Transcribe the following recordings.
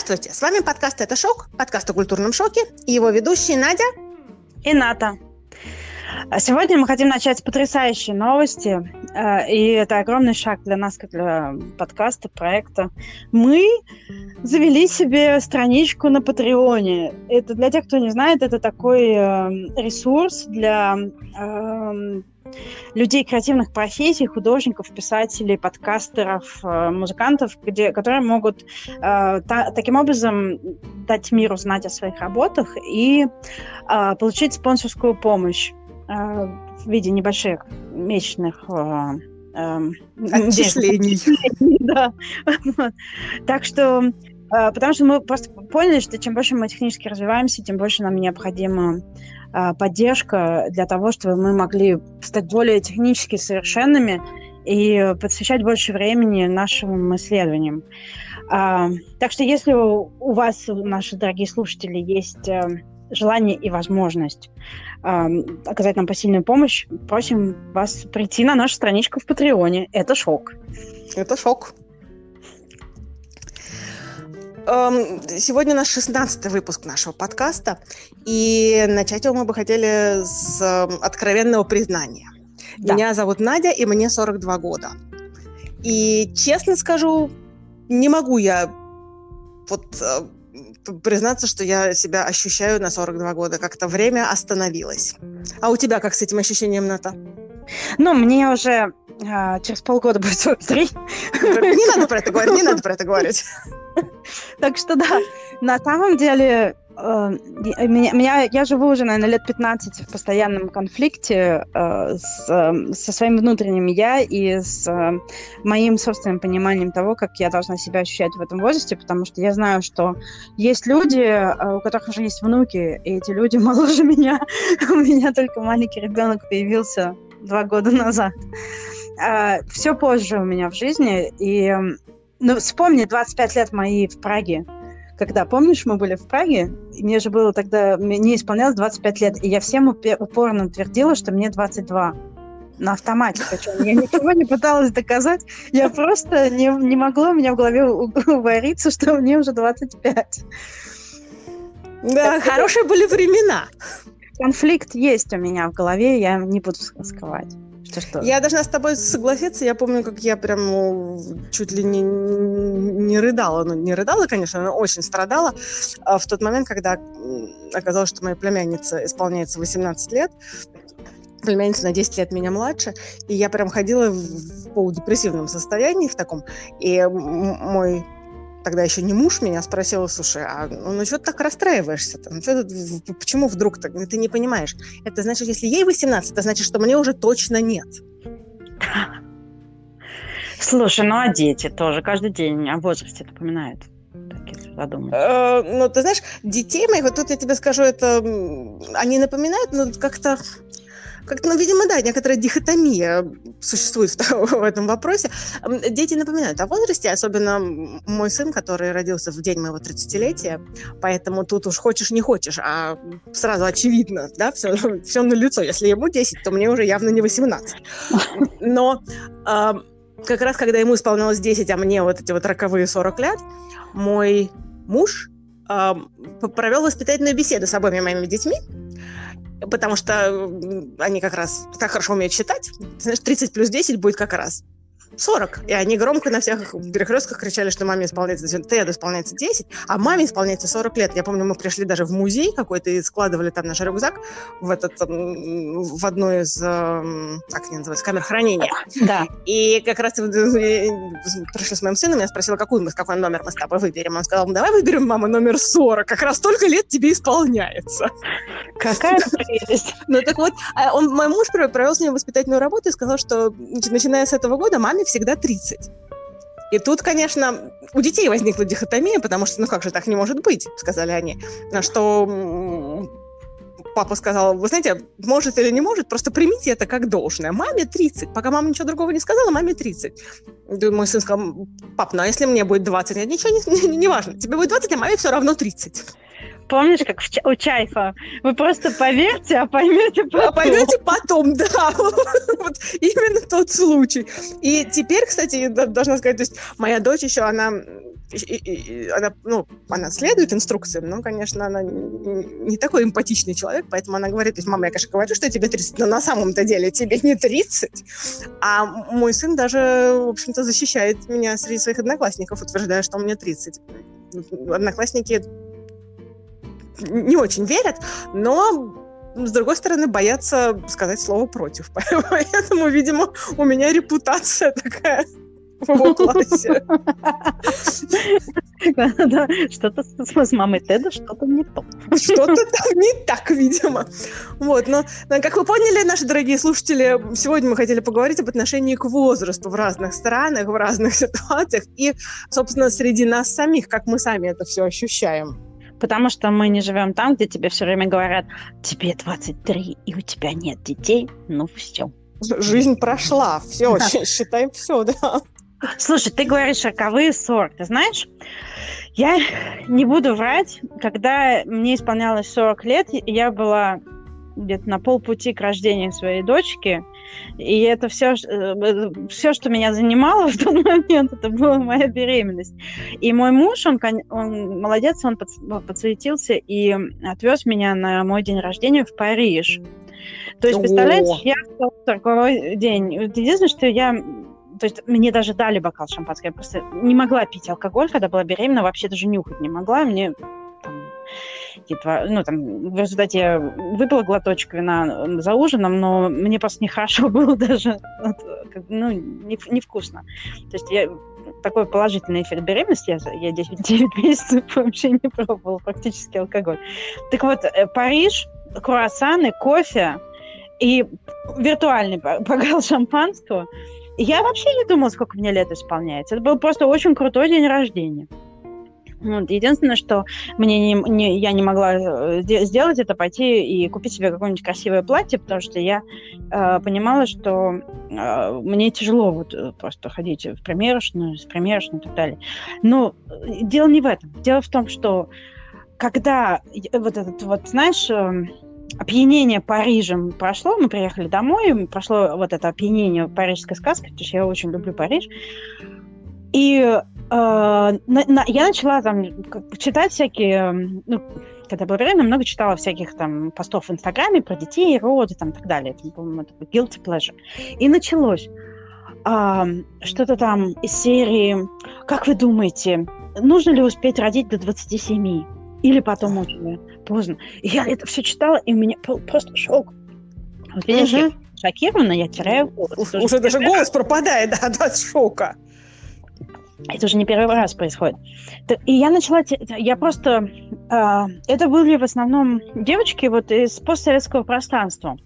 Здравствуйте, с вами подкаст «Это шок», подкаст о культурном шоке, и его ведущие Надя и Ната. Сегодня мы хотим начать с потрясающей новости, и это огромный шаг для нас, как для подкаста, проекта. Мы завели себе страничку на Патреоне. Это для тех, кто не знает, это такой ресурс для людей креативных профессий, художников, писателей, подкастеров, музыкантов, которые могут таким образом дать миру знать о своих работах и получить спонсорскую помощь в виде небольших месячных отчислений. Да. Так что, потому что мы просто поняли, что чем больше мы технически развиваемся, тем больше нам необходима поддержка для того, чтобы мы могли стать более технически совершенными и посвящать больше времени нашим исследованиям. Так что если у вас, наши дорогие слушатели, есть желание и возможность оказать нам посильную помощь, просим вас прийти на нашу страничку в Патреоне. Это шок. Это шок. Сегодня наш 16-й выпуск нашего подкаста, и начать его мы бы хотели с откровенного признания. Да. Меня зовут Надя, и мне 42 года. И, честно скажу, не могу я признаться, что я себя ощущаю на 42 года. Как-то время остановилось. А у тебя как с этим ощущением, Ната? Ну, мне уже через полгода будет 43. Не надо про это говорить. Так что да, на самом деле я живу уже, наверное, лет 15 в постоянном конфликте со своим внутренним я и с моим собственным пониманием того, как я должна себя ощущать в этом возрасте, потому что я знаю, что есть люди, у которых уже есть внуки, и эти люди моложе меня. У меня только маленький ребенок появился 2 года назад. Все позже у меня в жизни, и вспомни 25 лет мои в Праге. Когда, помнишь, мы были в Праге, и мне же было тогда, мне исполнялось 25 лет, и я всем упорно твердила, что мне 22. На автомате, причем. Я ничего не пыталась доказать, я просто не могла, у меня в голове уговориться, что мне уже 25. Да, хорошие были времена. Конфликт есть у меня в голове, я не буду скрывать. Что? Я должна с тобой согласиться. Я помню, как я прям чуть ли не рыдала. Ну, не рыдала, конечно, но очень страдала в тот момент, когда оказалось, что моей племяннице исполняется 18 лет. Племянница на 10 лет меня младше. И я прям ходила в полудепрессивном состоянии в таком. И мой тогда еще не муж меня спросил: слушай, что ты так расстраиваешься-то? Почему вдруг так? Ты не понимаешь. Это значит, если ей 18, это значит, что мне уже точно нет. Слушай, а дети тоже каждый день о возрасте напоминают. Ты знаешь, детей моих, вот тут я тебе скажу, это они напоминают, но как-то, видимо, да, некоторая дихотомия существует в этом вопросе. Дети напоминают о возрасте, особенно мой сын, который родился в день моего 30-летия, поэтому тут уж хочешь не хочешь, а сразу очевидно, да, все налицо. Если ему 10, то мне уже явно не 18. Но как раз, когда ему исполнилось 10, а мне вот эти вот роковые 40 лет, мой муж провел воспитательную беседу с обоими моими детьми, потому что они как раз так хорошо умеют считать. Ты знаешь, 30 плюс 10 будет как раз 40. И они громко на всех перекрестках кричали, что маме исполняется, Теду исполняется 10, а маме исполняется 40 лет. Я помню, мы пришли даже в музей какой-то и складывали там наш рюкзак в одну из, как они называются, камер хранения. Да. И как раз пришли с моим сыном, я спросила, какой номер мы с тобой выберем. Он сказал: давай выберем, мама, номер 40. Как раз столько лет тебе исполняется. Какая прелесть. Ну так вот, мой муж провел с ним воспитательную работу и сказал, что начиная с этого года маме всегда 30. И тут, конечно, у детей возникла дихотомия, потому что, как же так не может быть, сказали они. На что папа сказал: вы знаете, может или не может, просто примите это как должное. Маме 30. Пока мама ничего другого не сказала, маме 30. Мой сын сказал: пап, а если мне будет 20? Нет, ничего не важно. Тебе будет 20, а маме все равно 30. Помнишь, как у Чайфа? Вы просто поверьте, а поймете потом. А поймете потом, да. Вот именно тот случай. И теперь, кстати, должна сказать, то есть моя дочь еще, она она следует инструкциям, но, конечно, она не такой эмпатичный человек, поэтому она говорит, то есть, мама, я, конечно, говорю, что тебе 30, но на самом-то деле тебе не 30. А мой сын даже, в общем-то, защищает меня среди своих одноклассников, утверждая, что мне 30. Одноклассники не очень верят, но, с другой стороны, боятся сказать слово против. Поэтому, видимо, у меня репутация такая в его классе. Что-то с мамой Теда, что-то не то. Что-то там не так, видимо. Вот, но, как вы поняли, наши дорогие слушатели, сегодня мы хотели поговорить об отношении к возрасту в разных странах, в разных ситуациях и, собственно, среди нас самих, как мы сами это все ощущаем. Потому что мы не живем там, где тебе все время говорят, тебе 23, и у тебя нет детей, ну все. Жизнь прошла, все, считаем все, да. Слушай, ты говоришь 40-е, 40. Ты знаешь, я не буду врать, когда мне исполнялось 40 лет, я была где-то на полпути к рождению своей дочки, и это все, что меня занимало в тот момент, это была моя беременность. И мой муж, он молодец, он подсуетился и отвез меня на мой день рождения в Париж. То есть, представляете, я в 40-й день. Единственное, что то есть мне даже дали бокал шампанского. Я просто не могла пить алкоголь, когда была беременна, вообще даже нюхать не могла. Мне в результате я выпила глоточек вина за ужином, но мне просто нехорошо было даже, невкусно. То есть такой положительный эффект беременности, я 9 месяцев вообще не пробовала практически алкоголь. Так вот, Париж, круассаны, кофе и виртуальный бокал шампанского. Я вообще не думала, сколько мне лет исполняется. Это был просто очень крутой день рождения. Вот. Единственное, что я не могла сделать, это пойти и купить себе какое-нибудь красивое платье, потому что я понимала, что мне тяжело просто ходить в примерочную, и так далее. Но дело не в этом. Дело в том, что когда знаешь, опьянение Парижем прошло, мы приехали домой, прошло вот это опьянение парижской сказкой, потому что я очень люблю Париж. И я начала там читать всякие, когда была беременна, много читала всяких там постов в Инстаграме про детей, роды там, и так далее. Это, по-моему, это guilty pleasure. И началось что-то там из серии «Как вы думаете, нужно ли успеть родить до 27? Или потом очень поздно?» И я это все читала, и у меня был просто шок. Вот видишь, я шокирована, я теряю голос. Уже даже голос пропадает, от шока. Это уже не первый раз происходит. И я начала... Я просто... это были в основном девочки вот из постсоветского пространства.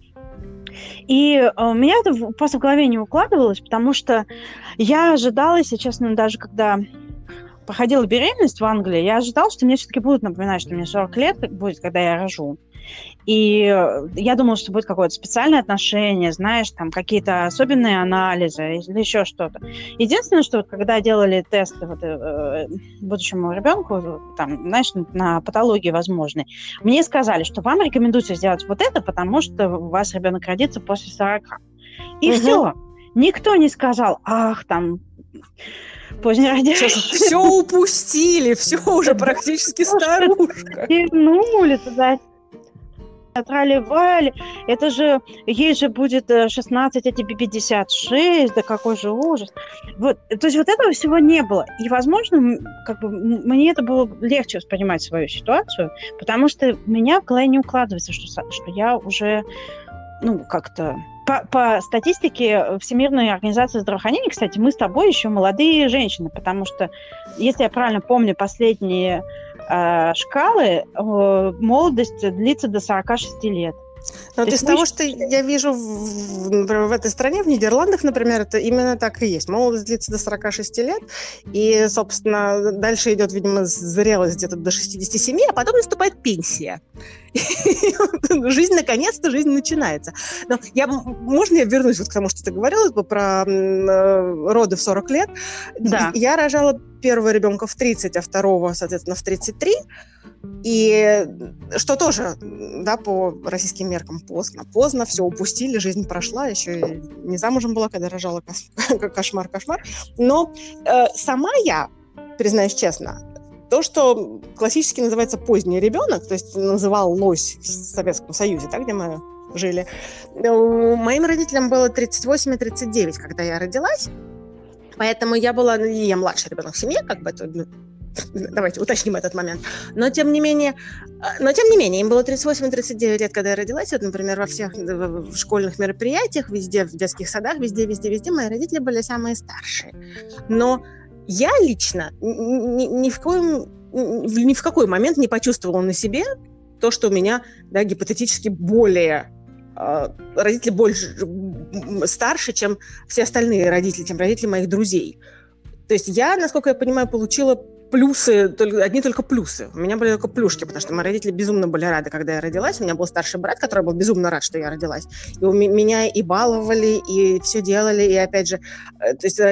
И у меня это просто в голове не укладывалось, потому что я ожидала, если честно, даже когда проходила беременность в Англии, я ожидала, что мне все-таки будут напоминать, что мне 40 лет будет, когда я рожу. И я думала, что будет какое-то специальное отношение, знаешь, там какие-то особенные анализы или еще что-то. Единственное, что когда делали тесты будущему ребенку, там, знаешь, на патологии возможной, мне сказали, что вам рекомендуется сделать вот это, потому что у вас ребенок родится после 40. И все. Никто не сказал, там... Позднее родился. Все упустили, все уже практически старушка. Вернули туда. Трали-вали. Это же, ей же будет 16, а тебе 56, да какой же ужас. Вот, то есть вот этого всего не было. И, возможно, мне это было легче воспринимать свою ситуацию, потому что у меня в голове не укладывается, что я уже, как-то... По статистике Всемирной организации здравоохранения, кстати, мы с тобой еще молодые женщины, потому что, если я правильно помню, последние шкалы, молодость длится до 46 лет. Но из того, что я вижу в этой стране, в Нидерландах, например, это именно так и есть. Молодость длится до 46 лет, и, собственно, дальше идет, видимо, зрелость где-то до 67, а потом наступает пенсия. Жизнь, наконец-то, жизнь начинается. Но можно я вернусь к тому, что ты говорила про роды в 40 лет? Да. Я рожала первого ребенка в 30, а второго, соответственно, в 33. И что тоже, да, по российским меркам поздно, все упустили, жизнь прошла, еще и не замужем была, когда рожала, кошмар. Но сама я признаюсь честно, то, что классически называется поздний ребенок, то есть называлось в Советском Союзе, да, где мы жили, моим родителям было 38 и 39, когда я родилась, поэтому я младший ребенок в семье, как бы, давайте уточним этот момент. Но тем не менее, им было 38 и 39 лет, когда я родилась. Вот, например, во всех школьных мероприятиях, везде, в детских садах, везде мои родители были самые старшие. Но я лично ни в какой момент не почувствовала на себе то, что у меня, да, гипотетически родители больше старше, чем все остальные родители, чем родители моих друзей. То есть я, насколько я понимаю, получила плюсы, одни только плюсы. У меня были только плюшки, потому что мои родители безумно были рады, когда я родилась. У меня был старший брат, который был безумно рад, что я родилась. И меня и баловали, и все делали. И опять же, то есть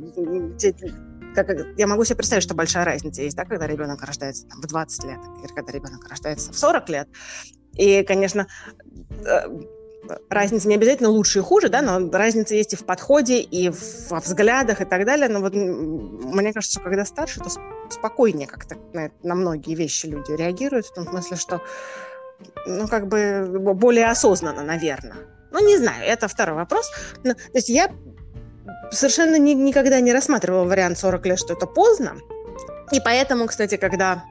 я могу себе представить, что большая разница есть, да, когда ребенок рождается в 20 лет, или когда ребенок рождается в 40 лет. И, конечно, разница не обязательно лучше и хуже, да, но разница есть и в подходе, и во взглядах, и так далее. Но вот мне кажется, что когда старше, то спокойнее как-то на многие вещи люди реагируют, в том смысле, что, как бы более осознанно, наверное. Не знаю, это второй вопрос. То есть я совершенно никогда не рассматривала вариант 40 лет, что это поздно. И поэтому, кстати, когда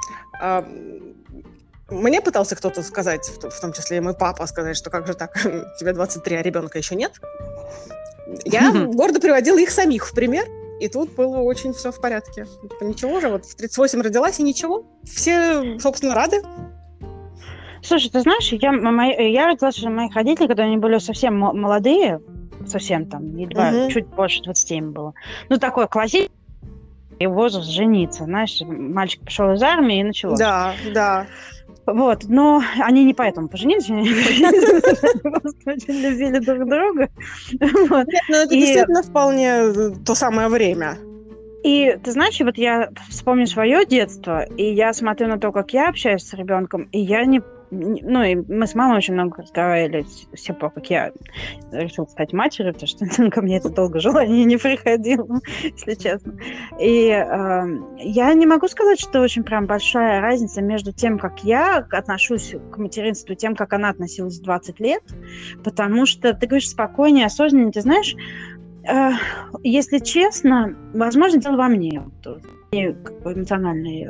мне пытался кто-то сказать, в том числе и мой папа, сказать, что как же так, тебе 23, а ребенка еще нет, я гордо приводила их самих в пример, и тут было очень все в порядке. Ничего же, вот в 38 родилась, и ничего. Все, собственно, рады. Слушай, ты знаешь, я родилась у моих родителей, когда они были совсем молодые, совсем там, едва, чуть больше 20 им было. Такой классический возраст жениться. Знаешь, мальчик пришел из армии, и началось. Да. Вот, но они не поэтому поженились, они просто очень любили друг друга. Нет, это действительно вполне то самое время. И ты знаешь, вот я вспомню свое детство, и я смотрю на то, как я общаюсь с ребенком, и я и мы с мамой очень много разговаривали с тех пор, как я решила стать матерью, потому что ко мне это долго желание не приходило, если честно. И я не могу сказать, что очень прям большая разница между тем, как я отношусь к материнству, и тем, как она относилась в 20 лет, потому что ты говоришь спокойнее, осознаннее, ты знаешь, если честно, возможно, дело во мне, эмоциональной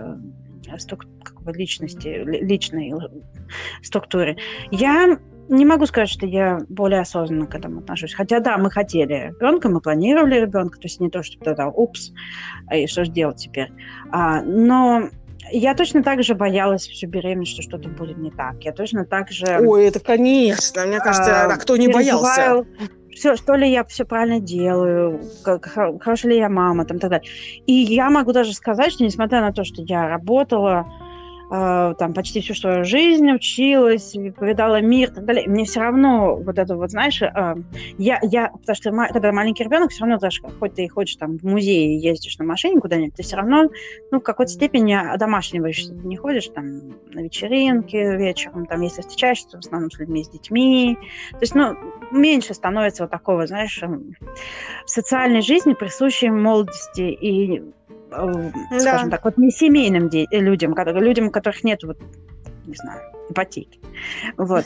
личной структуре. Я не могу сказать, что я более осознанно к этому отношусь. Хотя, да, мы хотели ребенка, мы планировали ребенка, то есть не то, что тогда, и что же делать теперь. Но я точно так же боялась всю беременность, что что-то будет не так. Я точно так же... Ой, это конечно. Мне кажется, кто не боялся? Что ли я все правильно делаю, хорошая ли я мама, там, и так далее. И я могу даже сказать, что несмотря на то, что я работала там почти всю свою жизнь, училась, повидала мир и так далее, мне все равно вот это вот, знаешь, потому что когда маленький ребенок, все равно даже, хоть ты и хочешь там в музей ездишь на машине куда-нибудь, ты все равно, в какой-то степени домашнего ты не ходишь там на вечеринки вечером, там, если встречаешься, в основном с людьми, с детьми, то есть, меньше становится вот такого, знаешь, социальной жизни, присущей молодости и, скажем так, вот не семейным людям, у которых нет, вот, не знаю, ипотеки. Вот.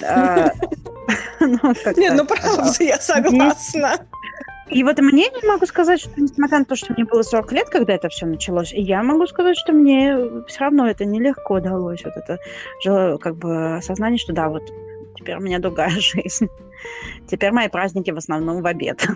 Нет, правда, я согласна. И вот мне не могу сказать, что несмотря на то, что мне было 40 лет, когда это все началось, я могу сказать, что мне все равно это нелегко далось, вот это как бы осознание, что да, вот теперь у меня другая жизнь. Теперь мои праздники в основном в обед.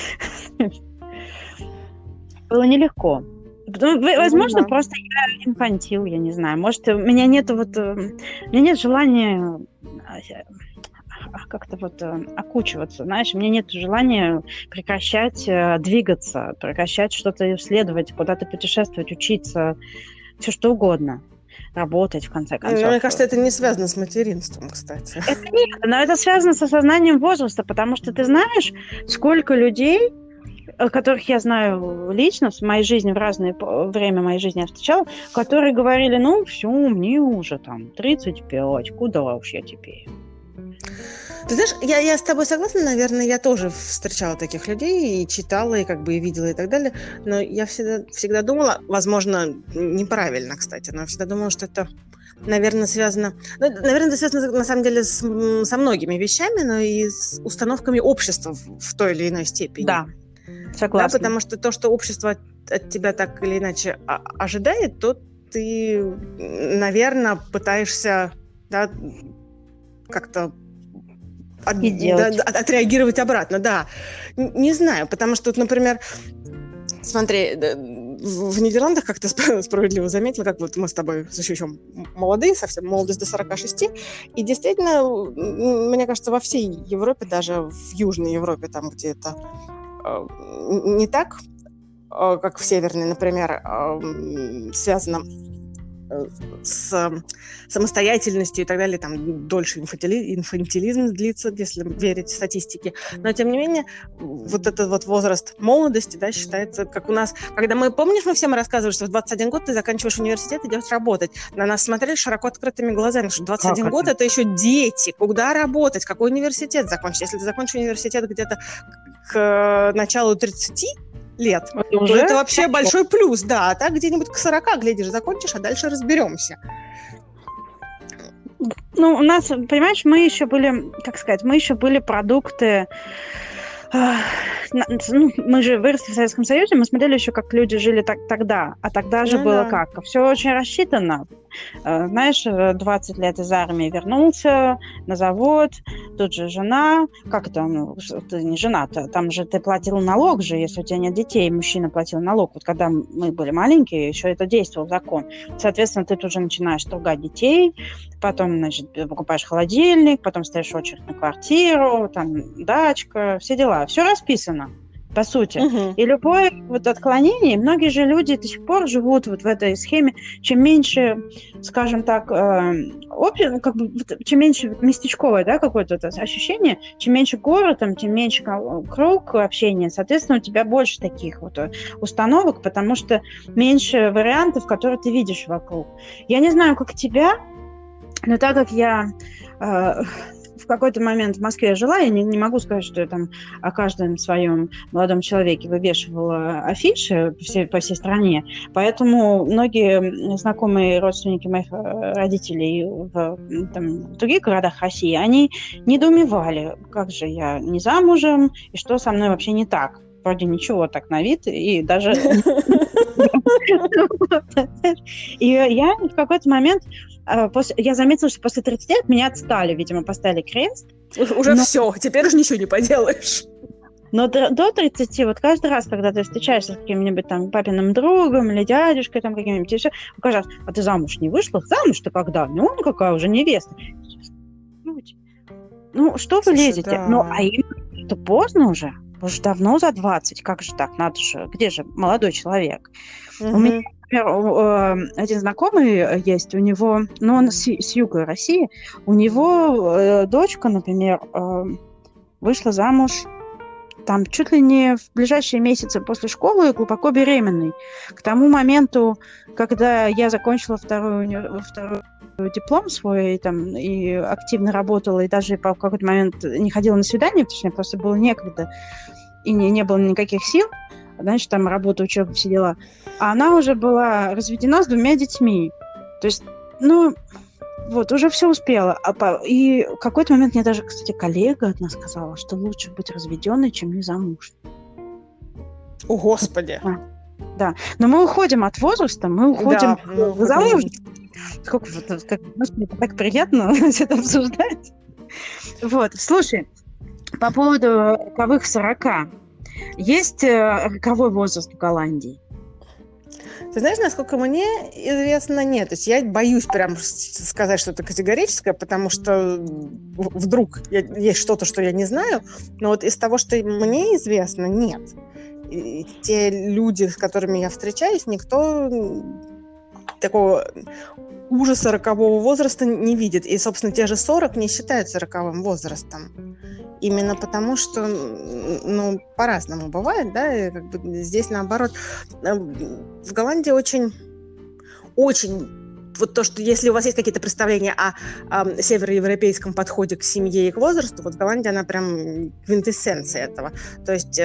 Было нелегко. Возможно, просто я инфантил, я не знаю. Может, у меня нет желания как-то вот окучиваться, знаешь, у меня нет желания прекращать двигаться, прекращать что-то исследовать, куда-то путешествовать, учиться, все что угодно. Работать, в конце концов. Мне кажется, это не связано с материнством, кстати. Это нет, но это связано с осознанием возраста, потому что ты знаешь, сколько людей, которых я знаю лично, в моей жизни, в разное время моей жизни я встречала, которые говорили, все, мне уже там 35, куда уж я теперь? Ты знаешь, я с тобой согласна, наверное, я тоже встречала таких людей и читала, и как бы и видела, и так далее, но я всегда думала, возможно, неправильно, кстати, но всегда думала, что это, наверное, связано... Ну, наверное, это связано, на самом деле, со многими вещами, но и с установками общества в той или иной степени. Да, согласна. Да, потому что то, что общество от тебя так или иначе ожидает, то ты, наверное, пытаешься, да, как-то отреагировать обратно, да. Не знаю, потому что, например, смотри, в Нидерландах, как ты справедливо заметила, как вот мы с тобой еще молодые, совсем молодость до 46, и действительно, мне кажется, во всей Европе, даже в Южной Европе, там, где это не так, как в Северной, например, связано с самостоятельностью и так далее, там дольше инфантилизм длится, если верить статистике. Но, тем не менее, вот этот вот возраст молодости, да, считается, как у нас, когда мы, помнишь, мы всем рассказывали, что в 21 год ты заканчиваешь университет, идешь работать. На нас смотрели широко открытыми глазами, что 21 год это еще дети. Куда работать? Какой университет закончить? Если ты закончишь университет где-то к началу 30 лет, то это вообще большой плюс, да. А так где-нибудь к 40, глядишь, закончишь, а дальше разберемся. Ну, у нас, понимаешь, мы еще были продукты... Ну, мы же выросли в Советском Союзе, мы смотрели еще, как люди жили тогда. А тогда же было как? Все очень рассчитано. Знаешь, 20 лет из армии вернулся на завод, тут же жена. Как это? Ну, ты не жена-то. Там же ты платил налог же, если у тебя нет детей, мужчина платил налог. Вот когда мы были маленькие, еще это действовал закон. Соответственно, ты тут же начинаешь ругать детей, потом, значит, покупаешь холодильник, потом стоишь в очередь на квартиру, там, дачка, все дела. Все расписано, по сути. И любое вот отклонение, многие же люди до сих пор живут вот в этой схеме, чем меньше, скажем так, как бы, чем меньше местечковое, да, какое-то ощущение, чем меньше город, тем меньше круг общения, соответственно, у тебя больше таких вот установок, потому что меньше вариантов, которые ты видишь вокруг. Я не знаю, как тебя, но так как я в какой-то момент в Москве жила, я не могу сказать, что я там о каждом своем молодом человеке вывешивала афиши по всей стране, поэтому многие знакомые родственники моих родителей в других городах России, они недоумевали, как же я не замужем, и что со мной вообще не так. Вроде ничего так на вид, и даже... И я в какой-то момент, я заметила, что после 30 лет меня отстали, видимо, поставили крест. Уже все, теперь уже ничего не поделаешь. Но до 30, вот каждый раз, когда ты встречаешься с каким-нибудь там папиным другом или дядюшкой там каким-нибудь, и все, каждый раз, а ты замуж не вышла? Замуж-то когда? Ну, какая уже невеста. Ну, что вы лезете? Да. Ну, а им-то поздно уже. Уже давно за 20. Как же так? Надо же. Где же молодой человек? У меня, например, один знакомый есть, у него, ну, он с юга России, у него дочка, например, вышла замуж там чуть ли не в ближайшие месяцы после школы, глубоко беременной. К тому моменту, когда я закончила второй диплом свой там, и активно работала, и даже в какой-то момент не ходила на свидание, потому что мне просто было некогда, и не было никаких сил, значит, там работа, учеба, все дела. А она уже была разведена с 2 детьми. То есть, ну, вот, уже все успела. И в какой-то момент мне даже, кстати, коллега одна сказала, что лучше быть разведенной, чем не замужней. О, Господи! Да. Но мы уходим от возраста, мы уходим в замужество. Сколько, мне так приятно это обсуждать. Вот, слушай, по поводу роковых 40. Есть роковой возраст в Голландии? Ты знаешь, насколько мне известно, нет. То есть я боюсь прям сказать что-то категорическое, потому что вдруг есть что-то, что я не знаю. Но вот из того, что мне известно, нет. И те люди, с которыми я встречаюсь, никто такого ужаса рокового возраста не видит. И, собственно, те же 40 не считаются роковым возрастом. Именно потому, что, ну, по-разному бывает, да, и как бы здесь наоборот. В Голландии очень вот то, что если у вас есть какие-то представления о североевропейском подходе к семье и к возрасту, вот Голландия, она прям квинтэссенция этого. То есть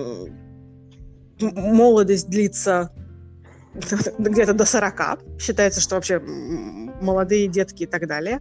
молодость длится где-то до 40. Считается, что вообще молодые детки и так далее.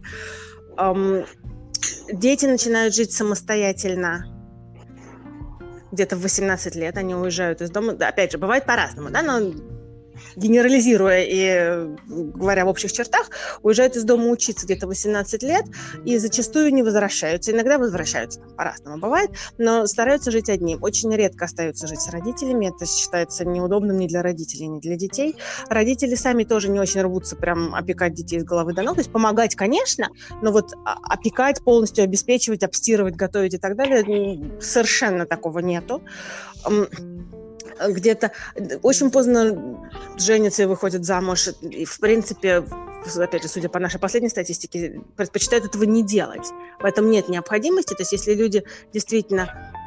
Дети начинают жить самостоятельно где-то в 18 лет. Они уезжают из дома. Да, опять же, бывает по-разному, да, но генерализируя и говоря в общих чертах, уезжают из дома учиться где-то 18 лет и зачастую не возвращаются. Иногда возвращаются, по-разному бывает, но стараются жить одни. Очень редко остаются жить с родителями. Это считается неудобным ни для родителей, ни для детей. Родители сами тоже не очень рвутся прям опекать детей с головы до ног. То есть помогать, конечно, но вот опекать, полностью обеспечивать, обстирывать, готовить и так далее, совершенно такого нету. Где-то очень поздно женятся и выходят замуж. И, в принципе, опять же, судя по нашей последней статистике, предпочитают этого не делать. В этом нет необходимости. То есть если люди действительно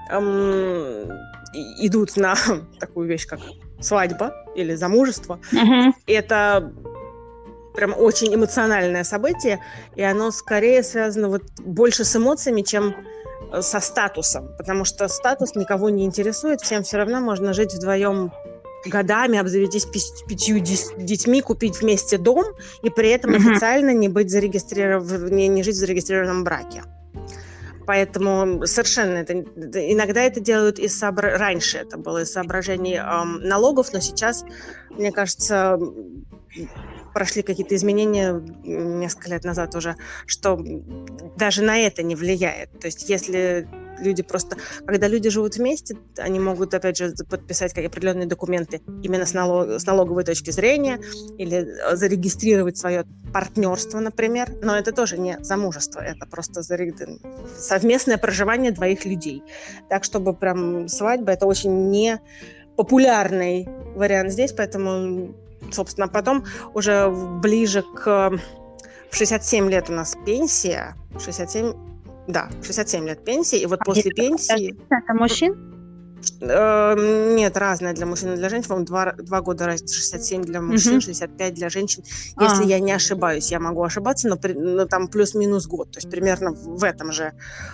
идут на такую вещь, как свадьба или замужество, это прям очень эмоциональное событие, и оно скорее связано вот больше с эмоциями, чем со статусом, потому что статус никого не интересует, всем все равно можно жить вдвоем годами, обзавестись 5 детьми, купить вместе дом и при этом официально не жить в зарегистрированном браке. Поэтому совершенно иногда это делают раньше это было из соображений налогов, но сейчас, мне кажется, прошли какие-то изменения несколько лет назад уже, что даже на это не влияет. То есть если когда люди живут вместе, они могут, опять же, подписать какие-то определенные документы именно с налоговой точки зрения или зарегистрировать свое партнерство, например. Но это тоже не замужество, это просто совместное проживание двоих людей. Так, чтобы прям свадьба, это очень непопулярный вариант здесь, поэтому, собственно, потом уже ближе в 67 лет у нас пенсия, 67 лет пенсии, и вот после пенсии... Это мужчин? Нет, разное для мужчин и для женщин. По-моему, 2 года разница. 67 для мужчин, 65 для женщин. Если я не ошибаюсь, я могу ошибаться, но там плюс-минус год. То есть примерно в этом же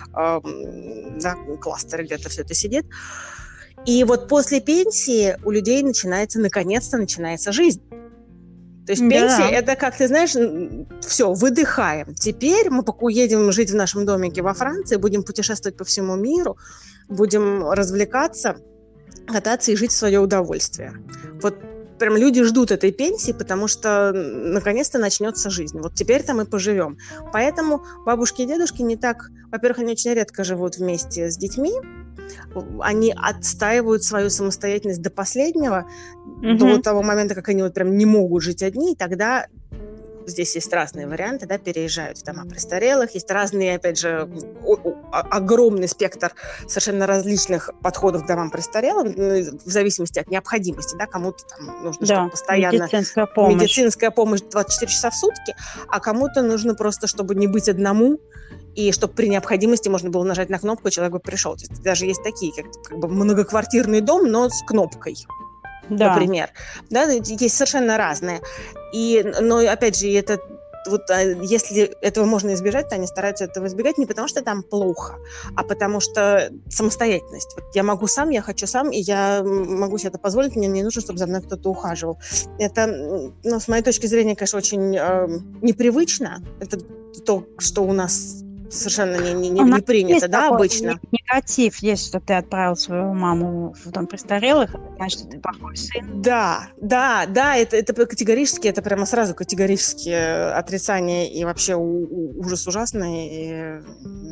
кластере где-то все это сидит. И вот после пенсии у людей наконец-то начинается жизнь. То есть пенсия – это, как ты знаешь, все, выдыхаем. Теперь мы уедем жить в нашем домике во Франции, будем путешествовать по всему миру, будем развлекаться, кататься и жить в свое удовольствие. Вот прям люди ждут этой пенсии, потому что наконец-то начнется жизнь. Вот теперь-то мы поживем. Поэтому бабушки и дедушки не так... Во-первых, они очень редко живут вместе с детьми. Они отстаивают свою самостоятельность до последнего, до того момента, как они вот прям не могут жить одни, и тогда здесь есть разные варианты, да, переезжают в дома престарелых, есть разные, опять же, огромный спектр совершенно различных подходов к домам престарелых, в зависимости от необходимости, да, кому-то там нужно, чтобы постоянно медицинская помощь 24 часа в сутки, а кому-то нужно просто, чтобы не быть одному, и чтобы при необходимости можно было нажать на кнопку, и человек бы пришел. То есть даже есть такие, как бы многоквартирный дом, но с кнопкой, например. Да, есть совершенно разные. Но, опять же, если этого можно избежать, то они стараются этого избегать не потому, что там плохо, а потому что самостоятельность. Вот я могу сам, я хочу сам, и я могу себе это позволить, мне не нужно, чтобы за мной кто-то ухаживал. Это, с моей точки зрения, конечно, очень непривычно. Это то, что у нас совершенно не принято, да, обычно. Негатив есть, что ты отправил свою маму в дом престарелых, значит, ты плохой сын. Да, это категорически, это прямо сразу категорические отрицания и вообще ужас ужасный. И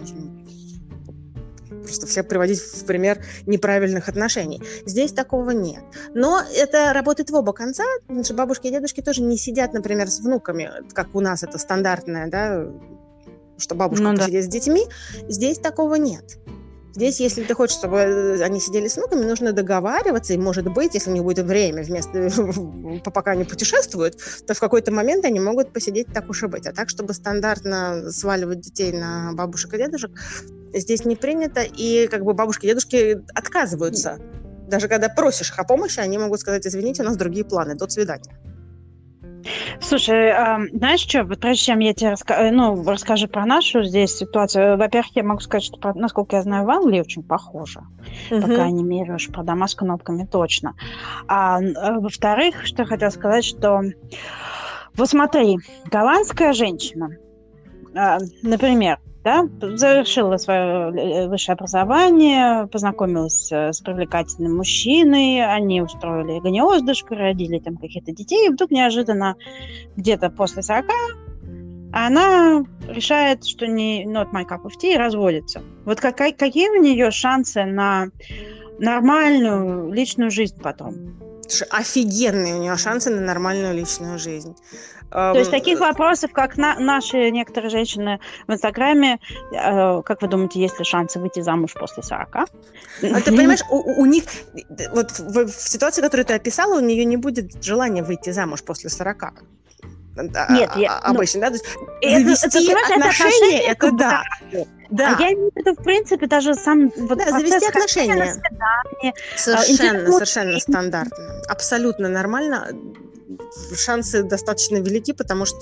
просто всех приводить в пример неправильных отношений. Здесь такого нет. Но это работает в оба конца, потому что бабушки и дедушки тоже не сидят, например, с внуками, как у нас это стандартное, да, что бабушка посидит с детьми. Здесь такого нет. Здесь, если ты хочешь, чтобы они сидели с внуками, нужно договариваться, и, может быть, если у них будет время, пока они путешествуют, то в какой-то момент они могут посидеть, так уж и быть. А так, чтобы стандартно сваливать детей на бабушек и дедушек, здесь не принято, и как бы бабушки и дедушки отказываются. Даже когда просишь их о помощи, они могут сказать: извините, у нас другие планы, до свидания. Слушай, знаешь что, вот прежде чем я тебе расскажу про нашу здесь ситуацию, во-первых, я могу сказать, что, насколько я знаю, в Англии очень похоже, по Мгм. крайней мере, уж про дома с кнопками точно. Во-вторых, что я хотела сказать, что вот смотри, голландская женщина, например, да, завершила свое высшее образование, познакомилась с привлекательным мужчиной, они устроили гнездышко, родили там каких-то детей, и вдруг неожиданно где-то после 40 она решает, что не not my cup of tea, и разводится. Вот какие у нее шансы на нормальную личную жизнь потом? Слушай, офигенные у нее шансы на нормальную личную жизнь. То есть таких вопросов, как наши некоторые женщины в Инстаграме, как вы думаете, есть ли шансы выйти замуж после 40? А ты понимаешь, у них, вот в ситуации, которую ты описала, у нее не будет желания выйти замуж после 40. Нет, обычно, да? То есть завести отношения, это да. Да. А я имею в виду, в принципе, даже сам вот завести отношения. Свидание, Совершенно стандартно. Абсолютно нормально. Шансы достаточно велики, потому что,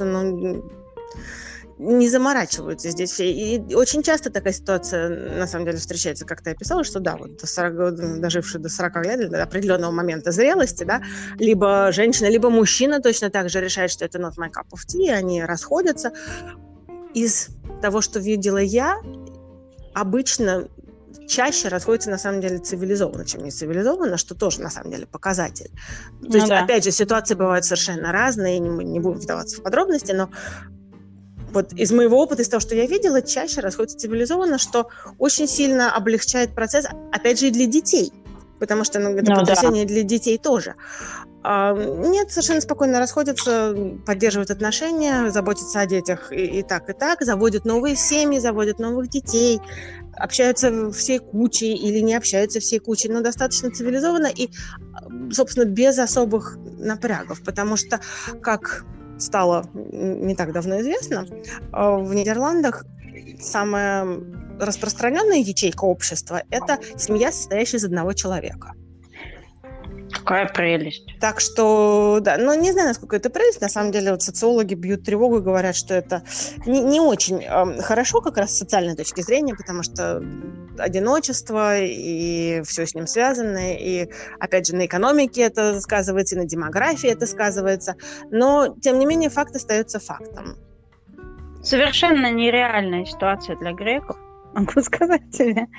не заморачиваются здесь все. И очень часто такая ситуация, на самом деле, встречается, как ты описала, что да, вот доживший до 40 лет, до определенного момента зрелости, да, либо женщина, либо мужчина точно так же решает, что это not my cup of tea, и они расходятся. Из того, что видела я, обычно чаще расходятся, на самом деле, цивилизованно, чем не цивилизованно, что тоже, на самом деле, показатель. То есть, опять же, ситуации бывают совершенно разные, мы не будем вдаваться в подробности, но вот из моего опыта, из того, что я видела, чаще расходятся цивилизованно, что очень сильно облегчает процесс, опять же, и для детей, потому что это потрясение для детей тоже. Нет, совершенно спокойно расходятся, поддерживают отношения, заботятся о детях и так, заводят новые семьи, заводят новых детей, общаются всей кучей или не общаются всей кучей, но достаточно цивилизованно и, собственно, без особых напрягов, потому что, как стало не так давно известно, в Нидерландах самая распространенная ячейка общества – это семья, состоящая из одного человека. Какая прелесть. Так что, да, не знаю, насколько это прелесть. На самом деле, вот социологи бьют тревогу и говорят, что это не очень хорошо как раз с социальной точки зрения, потому что одиночество и все с ним связано, и, опять же, на экономике это сказывается, и на демографии это сказывается. Но, тем не менее, факт остается фактом. Совершенно нереальная ситуация для греков, могу сказать тебе.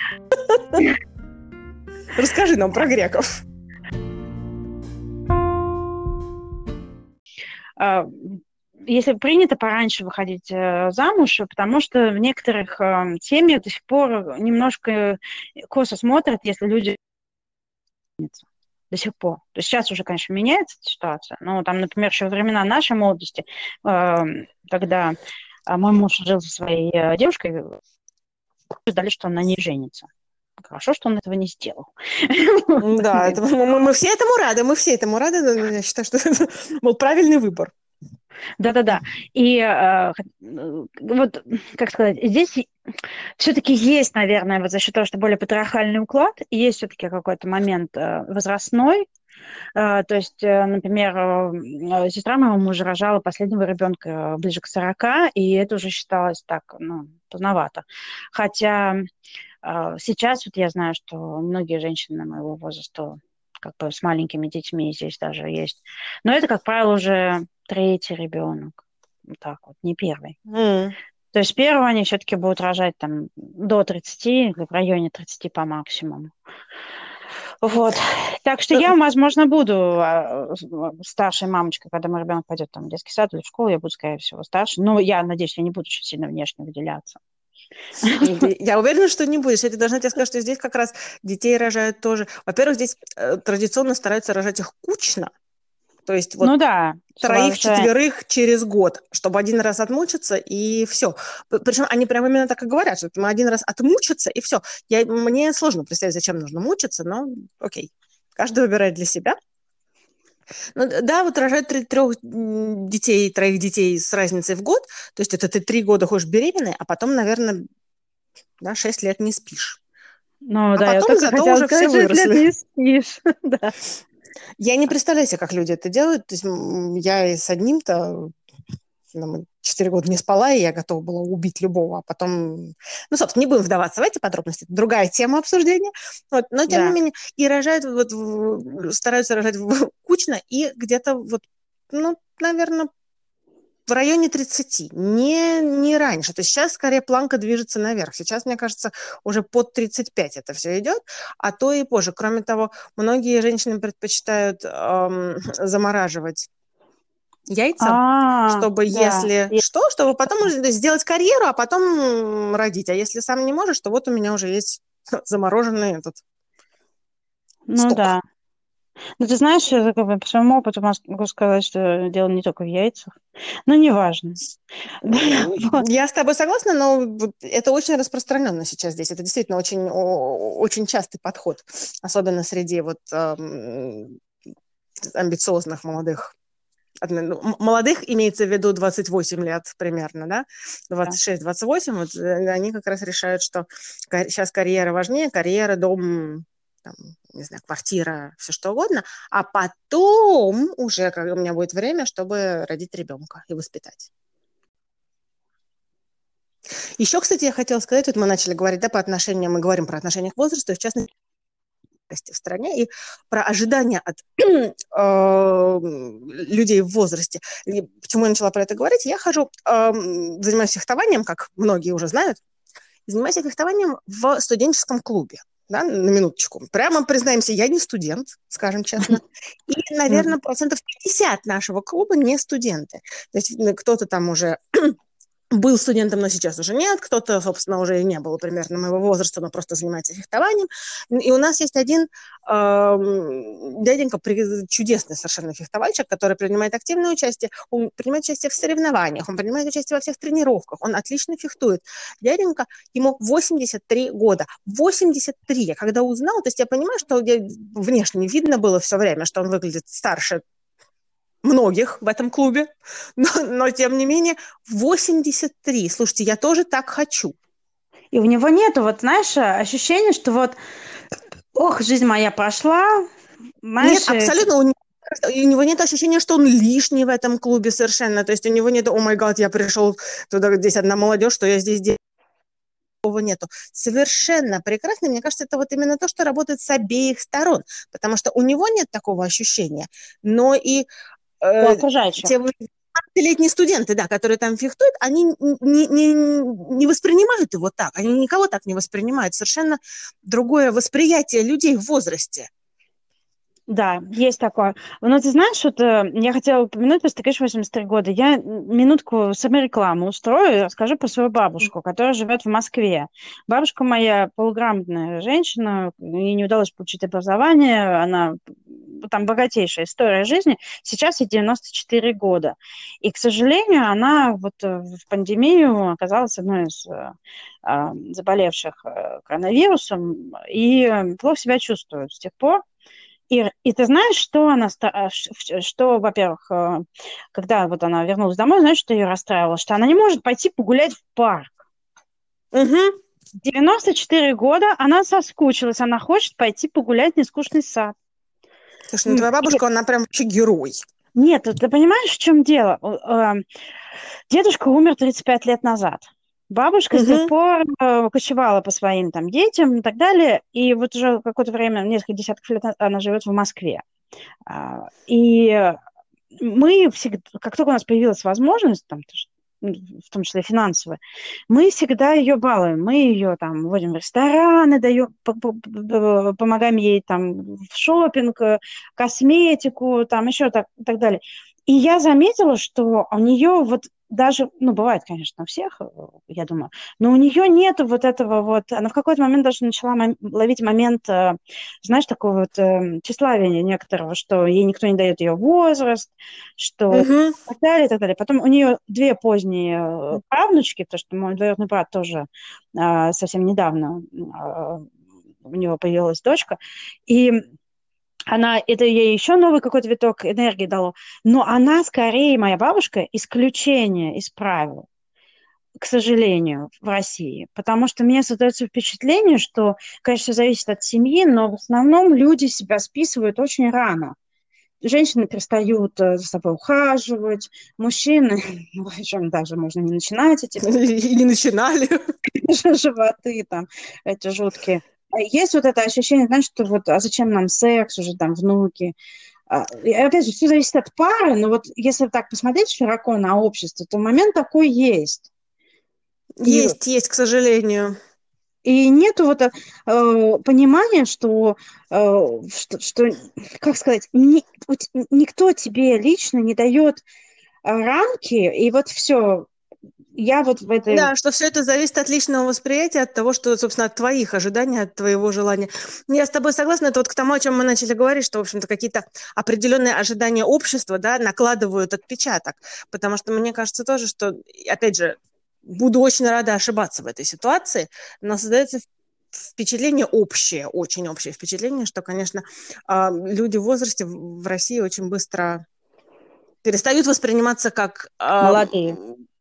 Расскажи нам про греков. Если принято пораньше выходить замуж, потому что в некоторых семьях до сих пор немножко косо смотрят, если люди до сих пор. То есть сейчас уже, конечно, меняется эта ситуация, но там, например, еще во времена нашей молодости, когда мой муж жил со своей девушкой, ждали, что она не женится. Хорошо, что он этого не сделал. Да, мы все этому рады, но я считаю, что это был правильный выбор. Да-да-да. И вот, как сказать, здесь все-таки есть, наверное, вот за счет того, что более патриархальный уклад, есть все-таки какой-то момент возрастной. То есть, например, сестра моего мужа рожала последнего ребенка ближе к 40, и это уже считалось так, поздновато. Хотя сейчас вот я знаю, что многие женщины моего возраста как бы с маленькими детьми здесь даже есть. Но это, как правило, уже 3-й ребенок. Вот так вот, не 1-й. То есть первого они все-таки будут рожать там до 30, или в районе 30 по максимуму. Вот. Так что я, возможно, буду старшей мамочкой, когда мой ребенок пойдет там в детский сад или в школу, я буду, скорее всего, старше. Но я надеюсь, я не буду очень сильно внешне выделяться. Я уверена, что не будешь. Я должна тебе сказать, что здесь как раз детей рожают тоже. Во-первых, здесь традиционно стараются рожать их кучно. То есть вот 3-4 через год, чтобы один раз отмучиться, и все. Причем они прямо именно так и говорят, что мы один раз отмучиться, и все. Мне сложно представить, зачем нужно мучиться, но окей. Каждый выбирает для себя. Да, вот рожать 3 детей с разницей в год, то есть это ты 3 года ходишь беременной, а потом, наверное, 6 лет не спишь. Да, потом зато уже все выросли. 6 лет не спишь, да. Я не представляю себе, как люди это делают. То есть я и с одним-то 4 года не спала, и я готова была убить любого. А потом, ну, собственно, не будем вдаваться в эти подробности. Это другая тема обсуждения. Вот. Но, тем не Да. менее, и рожают, вот, стараются рожать кучно, и где-то вот, ну, наверное, в районе 30, не раньше. То есть сейчас скорее планка движется наверх. Сейчас, мне кажется, уже под 35 это все идет, а то и позже. Кроме того, многие женщины предпочитают замораживать яйца, чтобы, Да. если что, чтобы потом уже сделать карьеру, а потом родить. А если сам не можешь, то вот у меня уже есть замороженный этот Ну сток. да. Ну, ты знаешь, я как бы по своему опыту могу сказать, что дело не только в яйцах. Но неважно. Да, вот. Я с тобой согласна, но вот это очень распространенно сейчас здесь. Это действительно очень, очень частый подход, особенно среди вот амбициозных молодых. Молодых имеется в виду 28 лет примерно, да, 26-28, вот они как раз решают, что сейчас карьера важнее, карьера, дом, там, не знаю, квартира, все что угодно, а потом уже, когда у меня будет время, чтобы родить ребенка и воспитать. Еще, кстати, я хотела сказать, вот мы начали говорить, да, по отношениям, мы говорим про отношения к возрасту, и в частности, в стране, и про ожидания от людей в возрасте. И почему я начала про это говорить? Я занимаюсь фехтованием, как многие уже знают, занимаюсь фехтованием в студенческом клубе. Да, на минуточку. Прямо признаемся, я не студент, скажем честно. И, наверное, 50% нашего клуба не студенты. То есть кто-то там уже был студентом, но сейчас уже нет, кто-то, собственно, уже и не был примерно моего возраста, но просто занимается фехтованием. И у нас есть один дяденька, чудесный совершенно фехтовальщик, который принимает активное участие, он принимает участие в соревнованиях, он принимает участие во всех тренировках, он отлично фехтует. Дяденька, ему 83 года. 83. Я когда узнала, то есть я понимаю, что внешне видно было все время, что он выглядит старше многих в этом клубе, но тем не менее 83. Слушайте, я тоже так хочу. И у него нету, вот, знаешь, ощущения, что вот, ох, жизнь моя прошла, Нет, знаешь, абсолютно. У него нет ощущения, что он лишний в этом клубе совершенно. То есть у него нет, о май гад, я пришел туда, здесь одна молодежь, что я здесь делаю. Такого нету. Совершенно прекрасно. Мне кажется, это вот именно то, что работает с обеих сторон. Потому что у него нет такого ощущения, но и у окружающих. те 15-летние студенты, да, которые там фехтуют, они не воспринимают его так, они никого так не воспринимают. Совершенно другое восприятие людей в возрасте. Да, есть такое. Но ты знаешь, вот я хотела упомянуть, просто ты говоришь, 83 года. Я минутку саморекламу устрою и расскажу про свою бабушку, которая живет в Москве. Бабушка моя полуграмотная женщина, ей не удалось получить образование, она там богатейшая история жизни. Сейчас ей 94 года. И, к сожалению, она вот в пандемию оказалась одной из заболевших коронавирусом и плохо себя чувствует с тех пор. И ты знаешь, что, во-первых, когда вот она вернулась домой, знаешь, что ее расстраивало? Что она не может пойти погулять в парк. Угу. 94 года, она соскучилась, она хочет пойти погулять в нескучный сад. Слушай, ну твоя бабушка, она прям вообще герой. Нет, ты понимаешь, в чем дело? Дедушка умер 35 лет назад. Бабушка с тех пор кочевала по своим там детям и так далее. И вот уже какое-то время, несколько десятков лет, она живет в Москве. И мы всегда, как только у нас появилась возможность, там, в том числе финансовая, мы всегда ее балуем. Мы ее там водим в рестораны, даем, помогаем ей там в шопинг, косметику, там еще так далее. И я заметила, что у нее вот даже, ну, бывает, конечно, у всех, я думаю, но у нее нету вот этого вот, она в какой-то момент даже начала ловить момент, знаешь, такого вот тщеславия некоторого, что ей никто не дает ее возраст, что и так далее, и так далее. Потом у нее 2 поздние правнучки, потому что мой двоюродный брат тоже совсем недавно у него появилась дочка, и это ей еще новый какой-то виток энергии дало. Но она скорее, моя бабушка, исключение из правил, к сожалению, в России. Потому что мне создается впечатление, что, конечно, все зависит от семьи, но в основном люди себя списывают очень рано. женщины перестают за собой ухаживать, мужчины, причем даже можно не начинать эти И не начинали. животы там, эти жуткие. Есть вот это ощущение, знаешь, что вот, а зачем нам секс, уже там внуки. И опять же, все зависит от пары, но вот если так посмотреть широко на общество, то момент такой есть. Есть, к сожалению. И нету вот понимания, что, как сказать, никто тебе лично не дает рамки, и вот все. Я вот в этой... Да, что все это зависит от личного восприятия, от того, что, собственно, от твоих ожиданий, от твоего желания. Я с тобой согласна, это вот к тому, о чем мы начали говорить, что, в общем-то, какие-то определенные ожидания общества, да, накладывают отпечаток. Потому что мне кажется тоже, что, опять же, буду очень рада ошибаться в этой ситуации, но создается впечатление общее, очень общее впечатление, что, конечно, люди в возрасте в России очень быстро перестают восприниматься Молодые.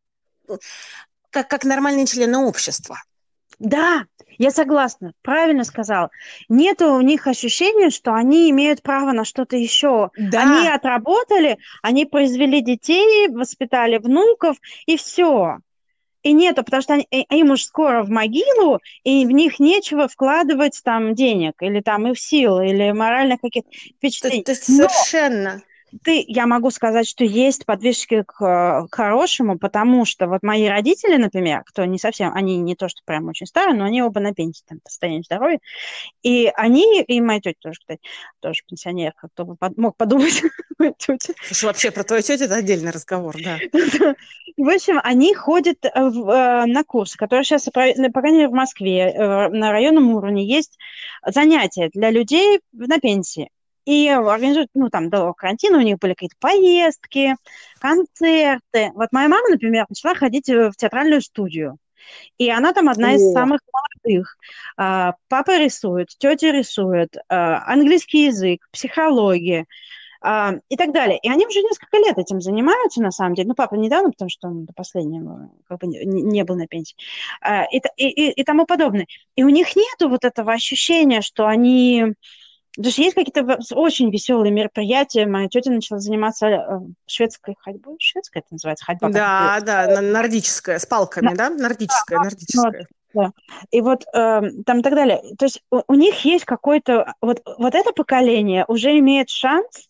как нормальные члены общества. Да, я согласна, правильно сказал. Нет у них ощущения, что они имеют право на что-то еще. Да. Они отработали, они произвели детей, воспитали внуков, и все. И нету, потому что им уж скоро в могилу, и в них нечего вкладывать там денег, или там их сил, или моральных каких-то впечатлений. То есть совершенно... Я могу сказать, что есть подвижки к хорошему, потому что вот мои родители, например, кто не совсем, они не то, что прям очень старые, но они оба на пенсии, там, по состоянию здоровья, и они, и моя тетя тоже, кстати, тоже пенсионерка, кто бы мог подумать, моя тетя. Слушай, вообще про твою тетю это отдельный разговор, да. В общем, они ходят на курсы, которые сейчас, по крайней мере, в Москве, на районном уровне есть занятия для людей на пенсии. И организуют, там, до карантина у них были какие-то поездки, концерты. Вот моя мама, например, начала ходить в театральную студию. И она там одна из самых молодых. Папа рисует, тетя рисует, английский язык, психология и так далее. И они уже несколько лет этим занимаются, на самом деле. Ну, папа недавно, потому что он до последнего как бы не был на пенсии. И тому подобное. И у них нету вот этого ощущения, что они... Потому что есть какие-то очень веселые мероприятия. Моя тетя начала заниматься шведской ходьбой. Шведская это называется ходьба? Да, нордическая, с палками, да? Нордическая. Да. И вот там и так далее. То есть у них есть какой-то... Вот это поколение уже имеет шанс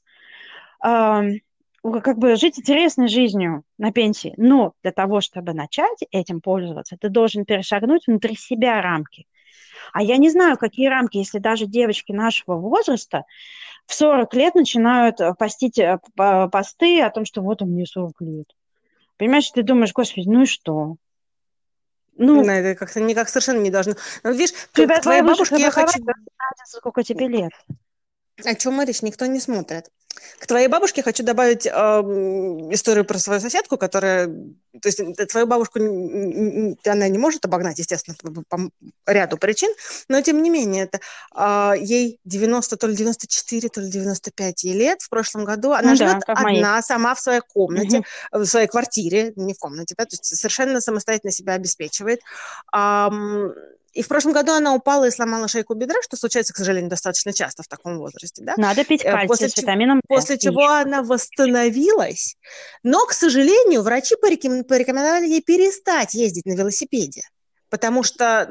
как бы жить интересной жизнью на пенсии. Но для того, чтобы начать этим пользоваться, ты должен перешагнуть внутри себя рамки. А я не знаю, какие рамки, если даже девочки нашего возраста в 40 лет начинают постить посты о том, что вот у меня 40 лет. Понимаешь, ты думаешь, господи, ну и что? Это как-то никак совершенно не должно. Но, видишь, к твоей бабушке я хочу... Сколько тебе лет? О чем речь? Никто не смотрит. К твоей бабушке хочу добавить историю про свою соседку, которая... То есть твою бабушку она не может обогнать, естественно, по ряду причин, но тем не менее, это ей 90, то ли 94, то ли 95 ей лет. В прошлом году она живет одна, сама в своей комнате, в своей квартире, не в комнате, да, то есть совершенно самостоятельно себя обеспечивает. И в прошлом году она упала и сломала шейку бедра, что случается, к сожалению, достаточно часто в таком возрасте. Да? Надо пить кальций с витамином D. После чего она восстановилась, но, к сожалению, врачи порекомендовали ей перестать ездить на велосипеде, потому что,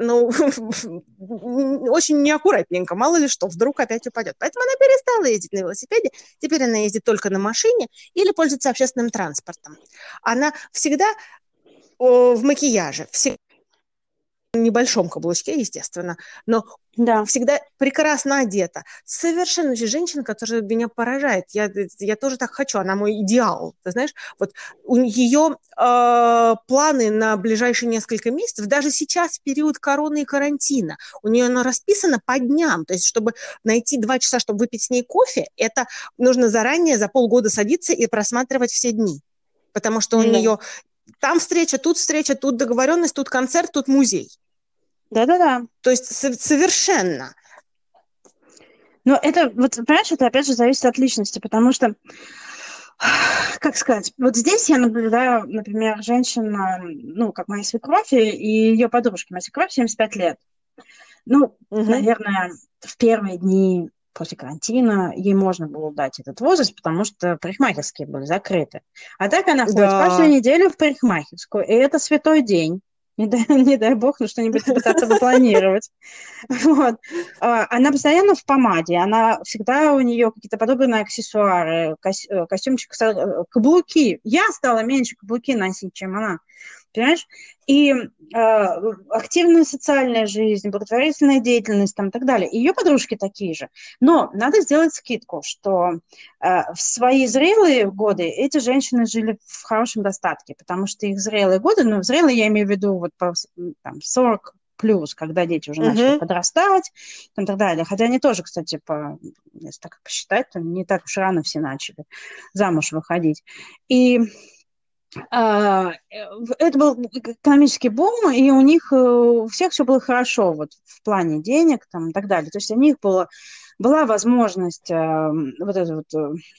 очень неаккуратненько, мало ли что, вдруг опять упадет. Поэтому она перестала ездить на велосипеде, теперь она ездит только на машине или пользуется общественным транспортом. Она всегда в макияже, всегда в небольшом каблучке, естественно, но всегда прекрасно одета. Совершенно женщина, которая меня поражает. Я тоже так хочу, она мой идеал. Ты знаешь, вот у ее планы на ближайшие несколько месяцев, даже сейчас, в период короны и карантина, у нее оно расписано по дням. То есть, чтобы найти 2 часа, чтобы выпить с ней кофе, это нужно заранее за полгода садиться и просматривать все дни. Потому что у нее... Там встреча, тут договоренность, тут концерт, тут музей. Да-да-да. То есть совершенно. Но это, вот, понимаешь, это опять же зависит от личности, потому что, как сказать, вот здесь я наблюдаю, например, женщин, как моя свекровь и ее подружки. Моя свекровь 75 лет. Наверное, в первые дни после карантина ей можно было дать этот возраст, потому что парикмахерские были закрыты. А так она ходит каждую Да. неделю в парикмахерскую, и это святой день. Не дай бог, ну что-нибудь пытаться запланировать. Вот. Она постоянно в помаде, она всегда у нее какие-то подобранные аксессуары, костюмчик, каблуки. Я стала меньше каблуки носить, чем она. Понимаешь? И активная социальная жизнь, благотворительная деятельность там, и так далее. Ее подружки такие же. Но надо сделать скидку, что в свои зрелые годы эти женщины жили в хорошем достатке, потому что их зрелые годы, ну, зрелые я имею в виду вот там, 40 плюс, когда дети уже начали Мгм. подрастать и так далее. Хотя они тоже, кстати, если так посчитать, то не так уж рано все начали замуж выходить. И это был экономический бум, и у всех все было хорошо вот, в плане денег там, и так далее. То есть у них была возможность вот это вот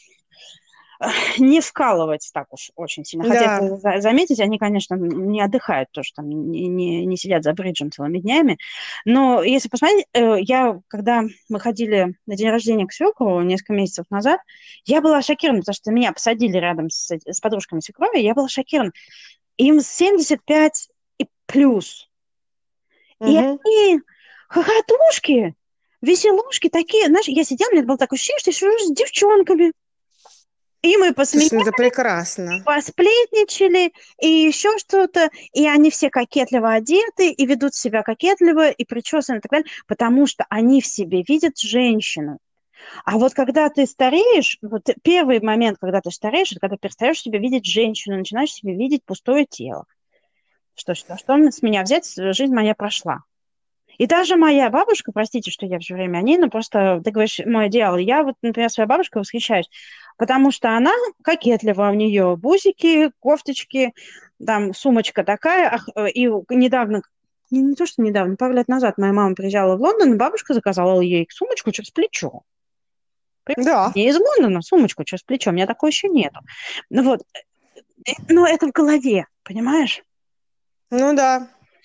не вкалывать так уж очень сильно. Хотя Да. это заметить, они, конечно, не отдыхают тоже, там, не сидят за бриджем целыми днями. Но если посмотреть, когда мы ходили на день рождения к свекру несколько месяцев назад, я была шокирована, потому что меня посадили рядом с подружками свекрови, я была шокирована. Им 75 и плюс. И Мгм. они хохотушки, веселушки такие. Знаешь, я сидела, у меня было такое ощущение, что я сижу с девчонками. И мы Слушай, ну посмеялись, это прекрасно. посплетничали, и еще что-то, и они все кокетливо одеты, и ведут себя кокетливо, и причесаны, и так далее, потому что они в себе видят женщину. А вот когда ты стареешь, вот первый момент, когда ты стареешь, это когда перестаешь себе видеть женщину, начинаешь себе видеть пустое тело. Что с меня взять, жизнь моя прошла. И даже моя бабушка, простите, что я все время о ней, но просто ты говоришь, мой идеал. Я вот, например, своей бабушкой восхищаюсь, потому что она кокетлива, у нее бусики, кофточки, там сумочка такая. И недавно, не то, что недавно, пару лет назад моя мама приезжала в Лондон, и бабушка заказала ей сумочку через плечо. Да. Не из Лондона, сумочку через плечо, у меня такой еще нету. Ну вот, но это в голове, понимаешь? Ну да.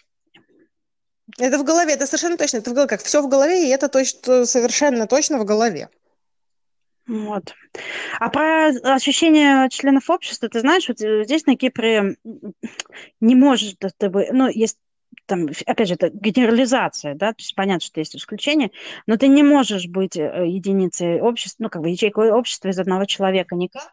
Это в голове, это совершенно точно. Это в голове, как все в голове, и это точно, совершенно точно в голове. Вот. А про ощущение членов общества, ты знаешь, вот здесь на Кипре не можешь ну, есть там, опять же, это генерализация, да, то есть понятно, что есть исключения, но ты не можешь быть единицей общества, ну, как бы ячейкой общества из одного человека никак,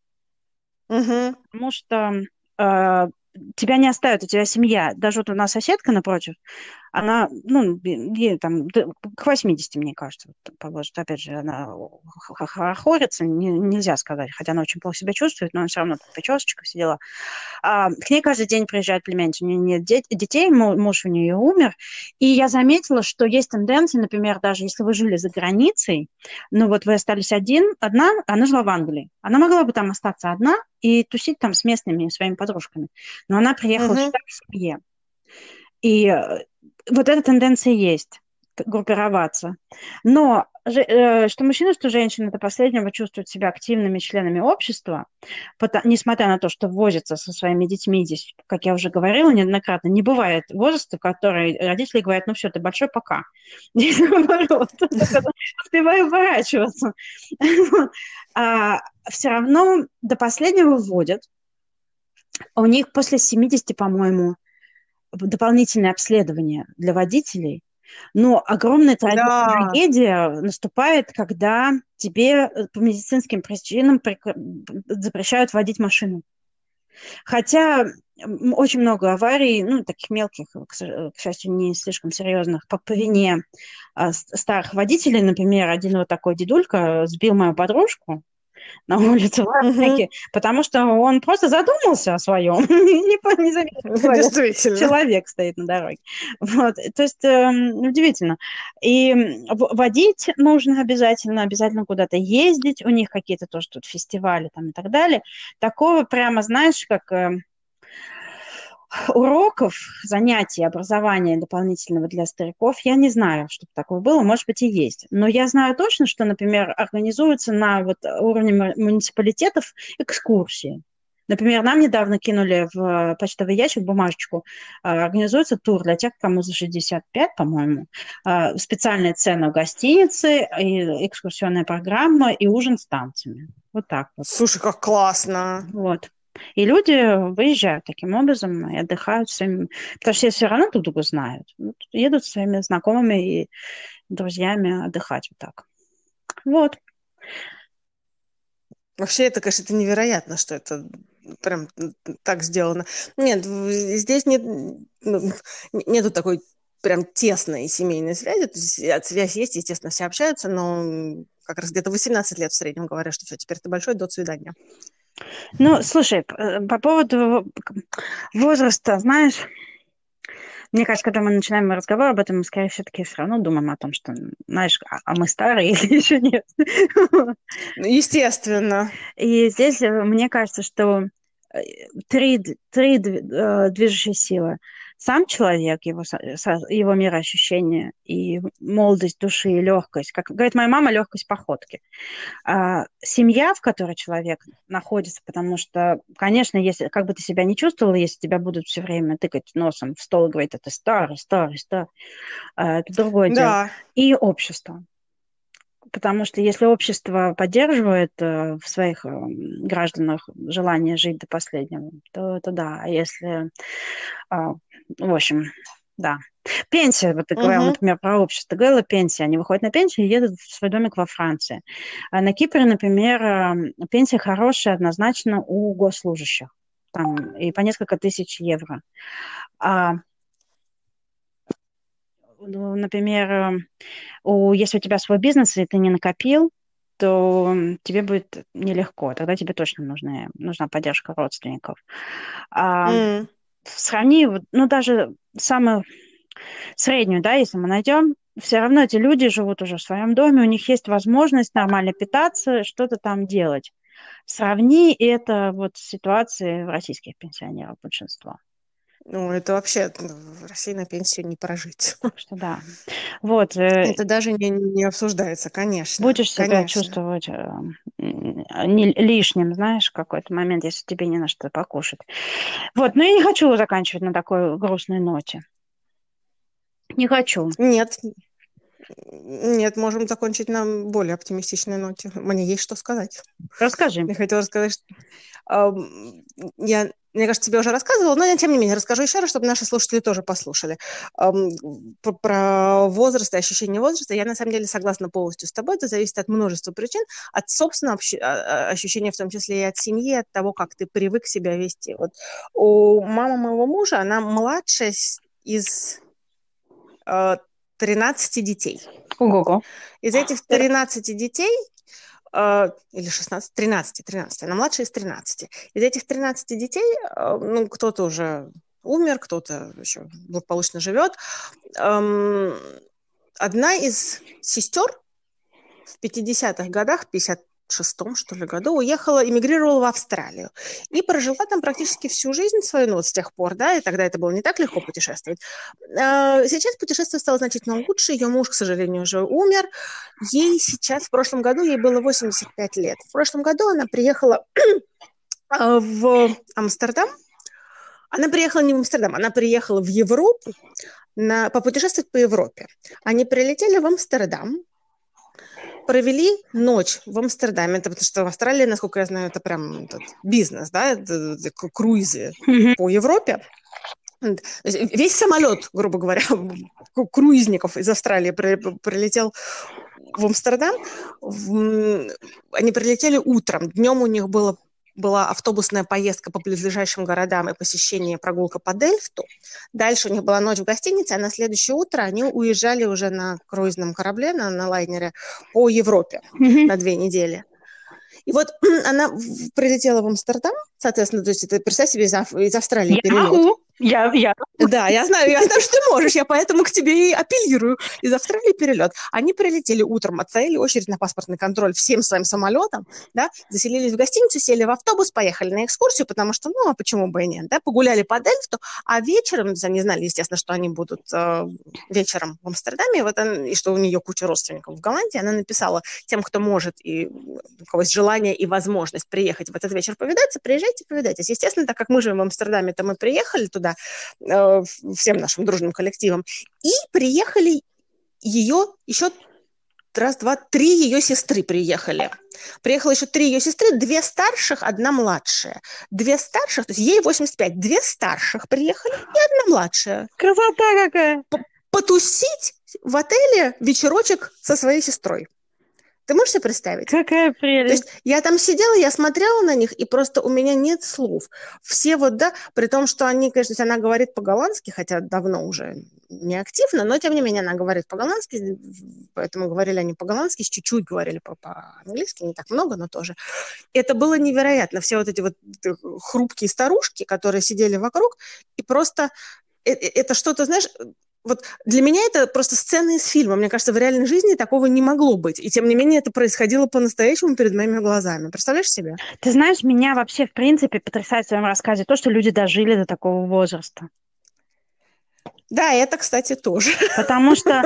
Угу. потому что э, тебя не оставят, у тебя семья. Даже вот у нас соседка напротив, она, ну, ей там к 80, мне кажется, вот, по возрасту. Опять же, она хорохорится, нельзя сказать, хотя она очень плохо себя чувствует, но все равно причесочка, все дела. К ней каждый день приезжает племянница. У нее нет детей, муж у нее умер. И я заметила, что есть тенденции, например, даже если вы жили за границей, ну вот вы остались одна, она жила в Англии. Она могла бы там остаться одна и тусить там с местными своими подружками. Но она приехала Угу. сюда к семье. И вот эта тенденция есть, группироваться. Но что мужчина, что женщина до последнего чувствуют себя активными членами общества, несмотря на то, что возятся со своими детьми здесь, как я уже говорила неоднократно, не бывает возраста, в который родители говорят, ну все, ты большой, пока. Здесь наоборот, успевай уворачиваться. А все равно до последнего вводят. У них после 70, по-моему, дополнительное обследование для водителей, но огромная Да. трагедия наступает, когда тебе по медицинским причинам запрещают водить машину. Хотя очень много аварий, ну, таких мелких, к счастью, не слишком серьезных, по вине старых водителей. Например, один вот такой дедулька сбил мою подружку на улице в Угу. Рафике, потому что он просто задумался о своем, не заметил, Действительно. человек стоит на дороге. Вот. То есть удивительно. И водить нужно обязательно куда-то ездить, у них какие-то тоже тут фестивали там и так далее. Такого прямо, знаешь, как уроков, занятий, образования дополнительного для стариков, я не знаю, чтобы такое было, может быть и есть. Но я знаю точно, что, например, организуются на вот уровне муниципалитетов экскурсии. Например, нам недавно кинули в почтовый ящик бумажечку. Организуется тур для тех, кому за 65, по-моему. Специальные цены в гостинице, и экскурсионная программа и ужин с танцами. Вот так вот. Слушай, как классно. Вот. И люди выезжают таким образом и отдыхают своими... Потому что все равно друг друга знают. Вот, едут со своими знакомыми и друзьями отдыхать вот так. Вот. Вообще, это, конечно, это невероятно, что это прям так сделано. Нет, здесь нет, ну, нету такой прям тесной семейной связи. То есть связь есть, естественно, все общаются, но как раз где-то 18 лет в среднем говорят, что все, теперь ты большой, до свидания. Ну, слушай, по поводу возраста, знаешь, мне кажется, когда мы начинаем разговор об этом, мы, скорее все-таки все равно думаем о том, что, знаешь, мы старые или еще нет. Естественно. И здесь мне кажется, что три движущие силы. Сам человек, его мироощущение и молодость души, и легкость. Как говорит моя мама, легкость походки. Семья, в которой человек находится, потому что, конечно, если как бы ты себя не чувствовала, если тебя будут все время тыкать носом в стол и говорить, это старый, старый, старый, это другое дело. Да. И общество. Потому что если общество поддерживает в своих гражданах желание жить до последнего, то это да. А если, в общем, да. Пенсия, вот ты говорила, например, про общество. Ты говорила, пенсия. Они выходят на пенсию и едут в свой домик во Франции. А на Кипре, например, пенсия хорошая однозначно у госслужащих. Там и по несколько тысяч евро. Например, если у тебя свой бизнес, и ты не накопил, то тебе будет нелегко. Тогда тебе точно нужна поддержка родственников. Сравни, ну, даже самую среднюю, да, если мы найдем, все равно эти люди живут уже в своем доме, у них есть возможность нормально питаться, что-то там делать. Сравни это вот с ситуацией российских пенсионеров большинства. Ну, это вообще в России на пенсию не прожить. Так что да. Вот. Это даже не обсуждается, конечно. Будешь себя Конечно. чувствовать лишним, знаешь, в какой-то момент, если тебе не на что покушать. Вот, но я не хочу заканчивать на такой грустной ноте. Не хочу. Нет, можем закончить на более оптимистичной ноте. Мне есть что сказать. Расскажи. Я хотела рассказать, что мне кажется, тебе уже рассказывала, но я, тем не менее, расскажу еще раз, чтобы наши слушатели тоже послушали. Про возраст и ощущение возраста я, на самом деле, согласна полностью с тобой. Это зависит от множества причин, от собственного ощущения, в том числе и от семьи, от того, как ты привык себя вести. Вот у мамы моего мужа, она младшая из 13 детей. Ого-го. Из этих 13 детей или 16, 13, она младшая из 13. Из этих 13 детей, ну, кто-то уже умер, кто-то еще благополучно живет. Одна из сестер в 50-х годах, 56-м, что ли, году, эмигрировала в Австралию и прожила там практически всю жизнь свою, ну, вот с тех пор, да, и тогда это было не так легко путешествовать. Сейчас путешествие стало значительно лучше, ее муж, к сожалению, уже умер, ей сейчас, в прошлом году, ей было 85 лет. В прошлом году она приехала в Амстердам. Она приехала не в Амстердам, она приехала в Европу, попутешествовать по Европе. Они прилетели в Амстердам, провели ночь в Амстердаме, потому что в Австралии, насколько я знаю, это прям бизнес, да, это круизы по Европе. Весь самолет, грубо говоря, круизников из Австралии прилетел в Амстердам. Они прилетели утром, днем у них была автобусная поездка по близлежащим городам и посещение, прогулка по Дельфту. Дальше у них была ночь в гостинице, а на следующее утро они уезжали уже на круизном корабле, на лайнере по Европе на 2 недели. И вот она прилетела в Амстердам, соответственно, то есть это, представь себе, из Австралии перелет. Я... Да, я знаю, что ты можешь, я поэтому к тебе и апеллирую. Из Австралии перелет. Они прилетели утром, отстояли очередь на паспортный контроль всем своим самолетом, да, заселились в гостиницу, сели в автобус, поехали на экскурсию, потому что, ну, а почему бы и нет, да, погуляли по Дельфту, а вечером, они знали, естественно, что они будут вечером в Амстердаме, вот и что у нее куча родственников в Голландии, она написала тем, кто может, и у кого есть желание и возможность приехать в этот вечер повидаться, приезжайте, повидайтесь. Естественно, так как мы живем в Амстердаме, то мы приехали туда, всем нашим дружным коллективом. И приехали ее еще раз, два, три ее сестры приехали. Приехало еще три ее сестры, две старших, одна младшая. Две старших, то есть ей 85, две старших приехали и одна младшая. Красота какая! Потусить в отеле вечерочек со своей сестрой. Ты можешь себе представить? Какая прелесть. То есть я там сидела, я смотрела на них, и просто у меня нет слов. Все вот, да, при том, что они, конечно, она говорит по-голландски, хотя давно уже не активно, но тем не менее она говорит по-голландски, поэтому говорили они по-голландски, чуть-чуть говорили по-английски, не так много, но тоже. Это было невероятно. Все вот эти вот хрупкие старушки, которые сидели вокруг, и просто это что-то, знаешь... Вот для меня это просто сцена из фильма. Мне кажется, в реальной жизни такого не могло быть. И тем не менее это происходило по-настоящему перед моими глазами. Представляешь себе? Ты знаешь, меня вообще, в принципе, потрясает в своем рассказе то, что люди дожили до такого возраста. Да, это, кстати, тоже. Потому что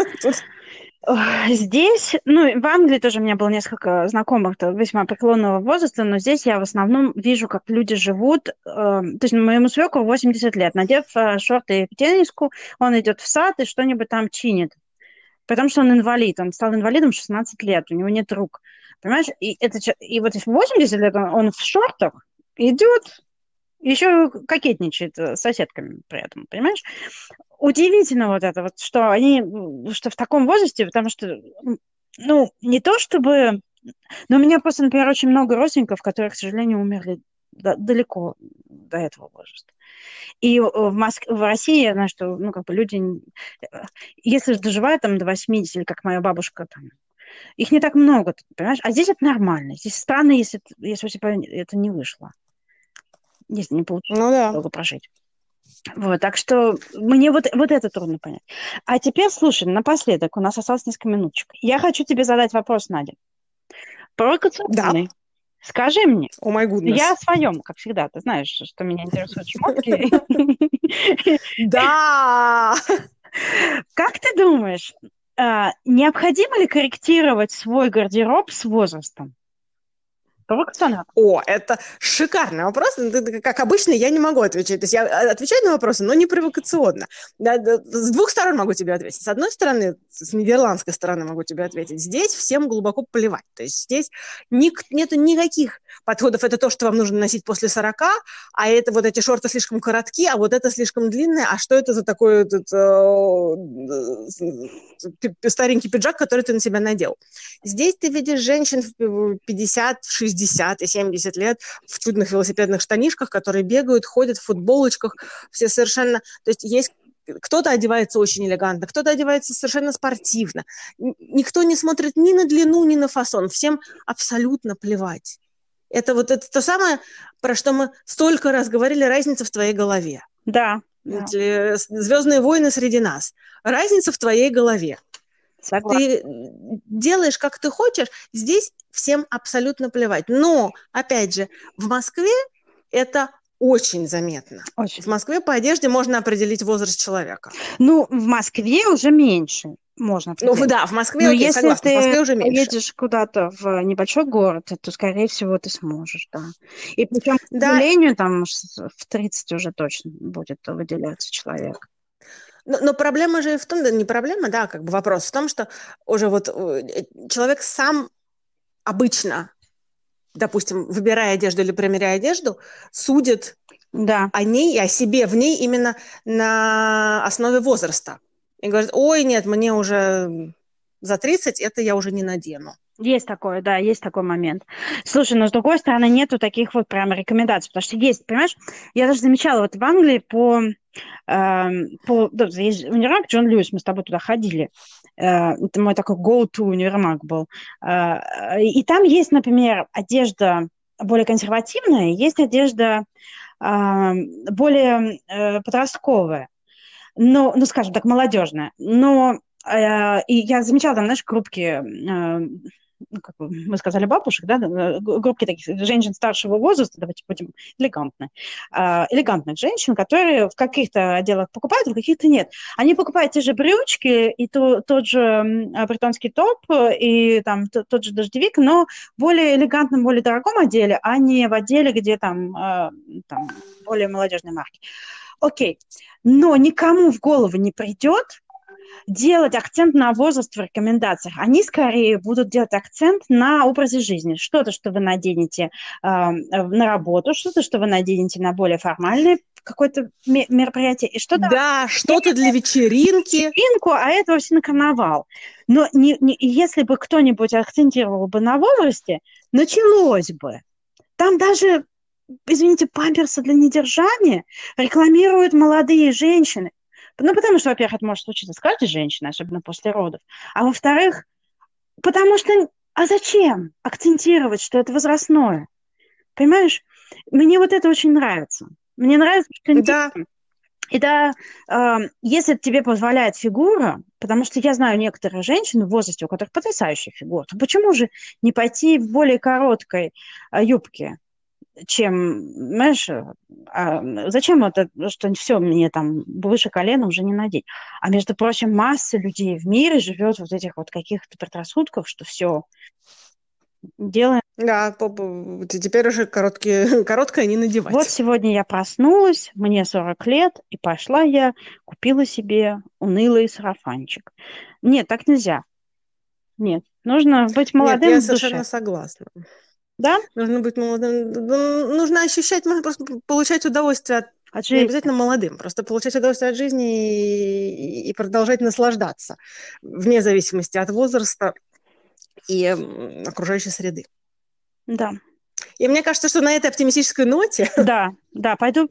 здесь, ну, в Англии тоже у меня было несколько знакомых весьма преклонного возраста, но здесь я в основном вижу, как люди живут. То есть моему свекру 80 лет. Надев шорты и тенниску, он идет в сад и что-нибудь там чинит. Потому что он инвалид. Он стал инвалидом в 16 лет, у него нет рук. Понимаешь? И вот в 80 лет он в шортах идет, еще кокетничает с соседками при этом, понимаешь? Удивительно вот это вот, что в таком возрасте, потому что, ну, не то чтобы... Но у меня просто, например, очень много родственников, которые, к сожалению, умерли далеко до этого возраста. И в России я знаю, что, ну, как бы люди, если же доживают там до 80, или как моя бабушка, там, их не так много, понимаешь? А здесь это нормально. Здесь странно, если у тебя это не вышло. Если не получилось долго прожить. Вот, так что мне вот это трудно понять. А теперь, слушай, напоследок, у нас осталось несколько минуточек. Я хочу тебе задать вопрос, Надя. Провокационный. Да. Скажи мне. О май гуднес. Я о своем, как всегда. Ты знаешь, что меня интересуют шмотки. Да! Как ты думаешь, необходимо ли корректировать свой гардероб с возрастом? О, это шикарный вопрос. Как обычно, я не могу отвечать. То есть я отвечаю на вопросы, но не провокационно. С двух сторон могу тебе ответить. С одной стороны, с нидерландской стороны могу тебе ответить. Здесь всем глубоко плевать. То есть здесь нету никаких подходов. Это то, что вам нужно носить после 40, а это вот эти шорты слишком коротки, а вот это слишком длинное. А что это за такой старенький пиджак, который ты на себя надел? Здесь ты видишь женщин в 50, 60 и 70 лет в чудных велосипедных штанишках, которые бегают, ходят в футболочках, все совершенно... То есть кто-то одевается очень элегантно, кто-то одевается совершенно спортивно. Никто не смотрит ни на длину, ни на фасон. Всем абсолютно плевать. Это то самое, про что мы столько раз говорили, разница в твоей голове. Да. «Звездные войны» среди нас. Разница в твоей голове. Согласна. Ты делаешь, как ты хочешь, здесь всем абсолютно плевать. Но, опять же, в Москве это очень заметно. Очень. В Москве по одежде можно определить возраст человека. Ну, в Москве уже меньше можно определить. Ну, да, в Москве, но окей, если согласна, в Москве уже меньше. Поедешь куда-то в небольшой город, то, скорее всего, ты сможешь, да. И причем, к сожалению, там в 30 уже точно будет выделяться человек. Но проблема же в том, да, не проблема, да, как бы вопрос в том, что уже вот человек сам обычно, допустим, выбирая одежду или примеряя одежду, судит о ней и о себе в ней именно на основе возраста. И говорит, ой, нет, мне уже за 30, это я уже не надену. Есть такое, да, есть такой момент. Слушай, но с другой стороны, нету таких вот прям рекомендаций, потому что есть, понимаешь, я даже замечала, вот в Англии есть универмаг Джон Льюис, мы с тобой туда ходили, это мой такой go-to универмаг был, и там есть, например, одежда более консервативная, есть одежда более подростковая, но, ну, скажем так, молодежная. Но и я замечала там, знаешь, группки, ну, как мы сказали, бабушек, да, группки таких женщин старшего возраста, давайте будем элегантны, элегантных женщин, которые в каких-то отделах покупают, в каких-то нет. Они покупают те же брючки и тот же бретонский топ, и там тот же дождевик, но в более элегантном, более дорогом отделе, а не в отделе, где там более молодежные марки. Окей, но никому в голову не придет делать акцент на возраст в рекомендациях. Они скорее будут делать акцент на образе жизни. Что-то, что вы наденете на работу, что-то, что вы наденете на более формальное какое-то мероприятие, и что-то... Да, что-то для вечеринки. Вечеринку, а это вообще на карнавал. Но если бы кто-нибудь акцентировал бы на возрасте, началось бы. Там даже, извините, памперсы для недержания рекламируют молодые женщины. Ну, потому что, во-первых, это может случиться с каждой женщиной, особенно после родов. А во-вторых, потому что... А зачем акцентировать, что это возрастное? Понимаешь? Мне вот это очень нравится. Мне нравится, что... Да. И да, если тебе позволяет фигура, потому что я знаю некоторые женщины в возрасте, у которых потрясающая фигура, то почему же не пойти в более короткой юбке? Чем, знаешь, зачем это, что все мне там выше колена уже не надеть? А между прочим, масса людей в мире живет вот этих вот каких-то предрассудков, что все делаем. Да, теперь уже короткое не надевать. Вот сегодня я проснулась, мне 40 лет, и пошла я, купила себе унылый сарафанчик. Нет, так нельзя. Нет, нужно быть молодым. Нет, я в душе. совершенно согласна. Да? Нужно быть молодым. Нужно ощущать, просто получать удовольствие от жизни. Не обязательно молодым, просто получать удовольствие от жизни и продолжать наслаждаться, вне зависимости от возраста и окружающей среды. Да. И мне кажется, что на этой оптимистической ноте... Да, пойду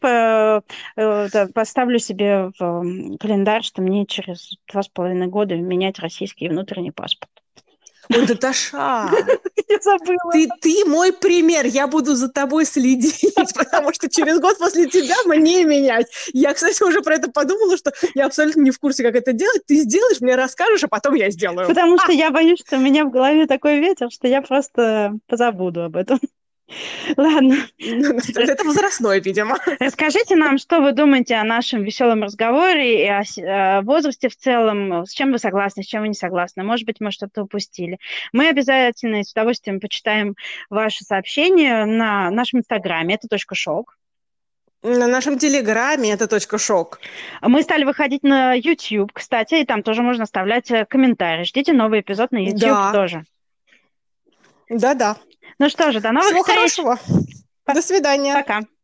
поставлю себе в календарь, что мне через 2,5 года менять российский внутренний паспорт. Ой, Наташа, я забыла. Ты мой пример, я буду за тобой следить, потому что через год после тебя мне менять. Я, кстати, уже про это подумала, что я абсолютно не в курсе, как это делать. Ты сделаешь, мне расскажешь, а потом я сделаю. Потому что я боюсь, что у меня в голове такой ветер, что я просто позабуду об этом. Ладно. Это возрастное, видимо. Расскажите нам, что вы думаете о нашем веселом разговоре и о возрасте в целом. С чем вы согласны, с чем вы не согласны. Может быть, мы что-то упустили. Мы обязательно с удовольствием почитаем ваши сообщения на нашем инстаграме. Это .шок. На нашем телеграме это .шок. Мы стали выходить на YouTube, кстати, и там тоже можно оставлять комментарии. Ждите новый эпизод на YouTube тоже. Да. Ну что же, до новых встреч. Всего хорошего. До свидания. Пока.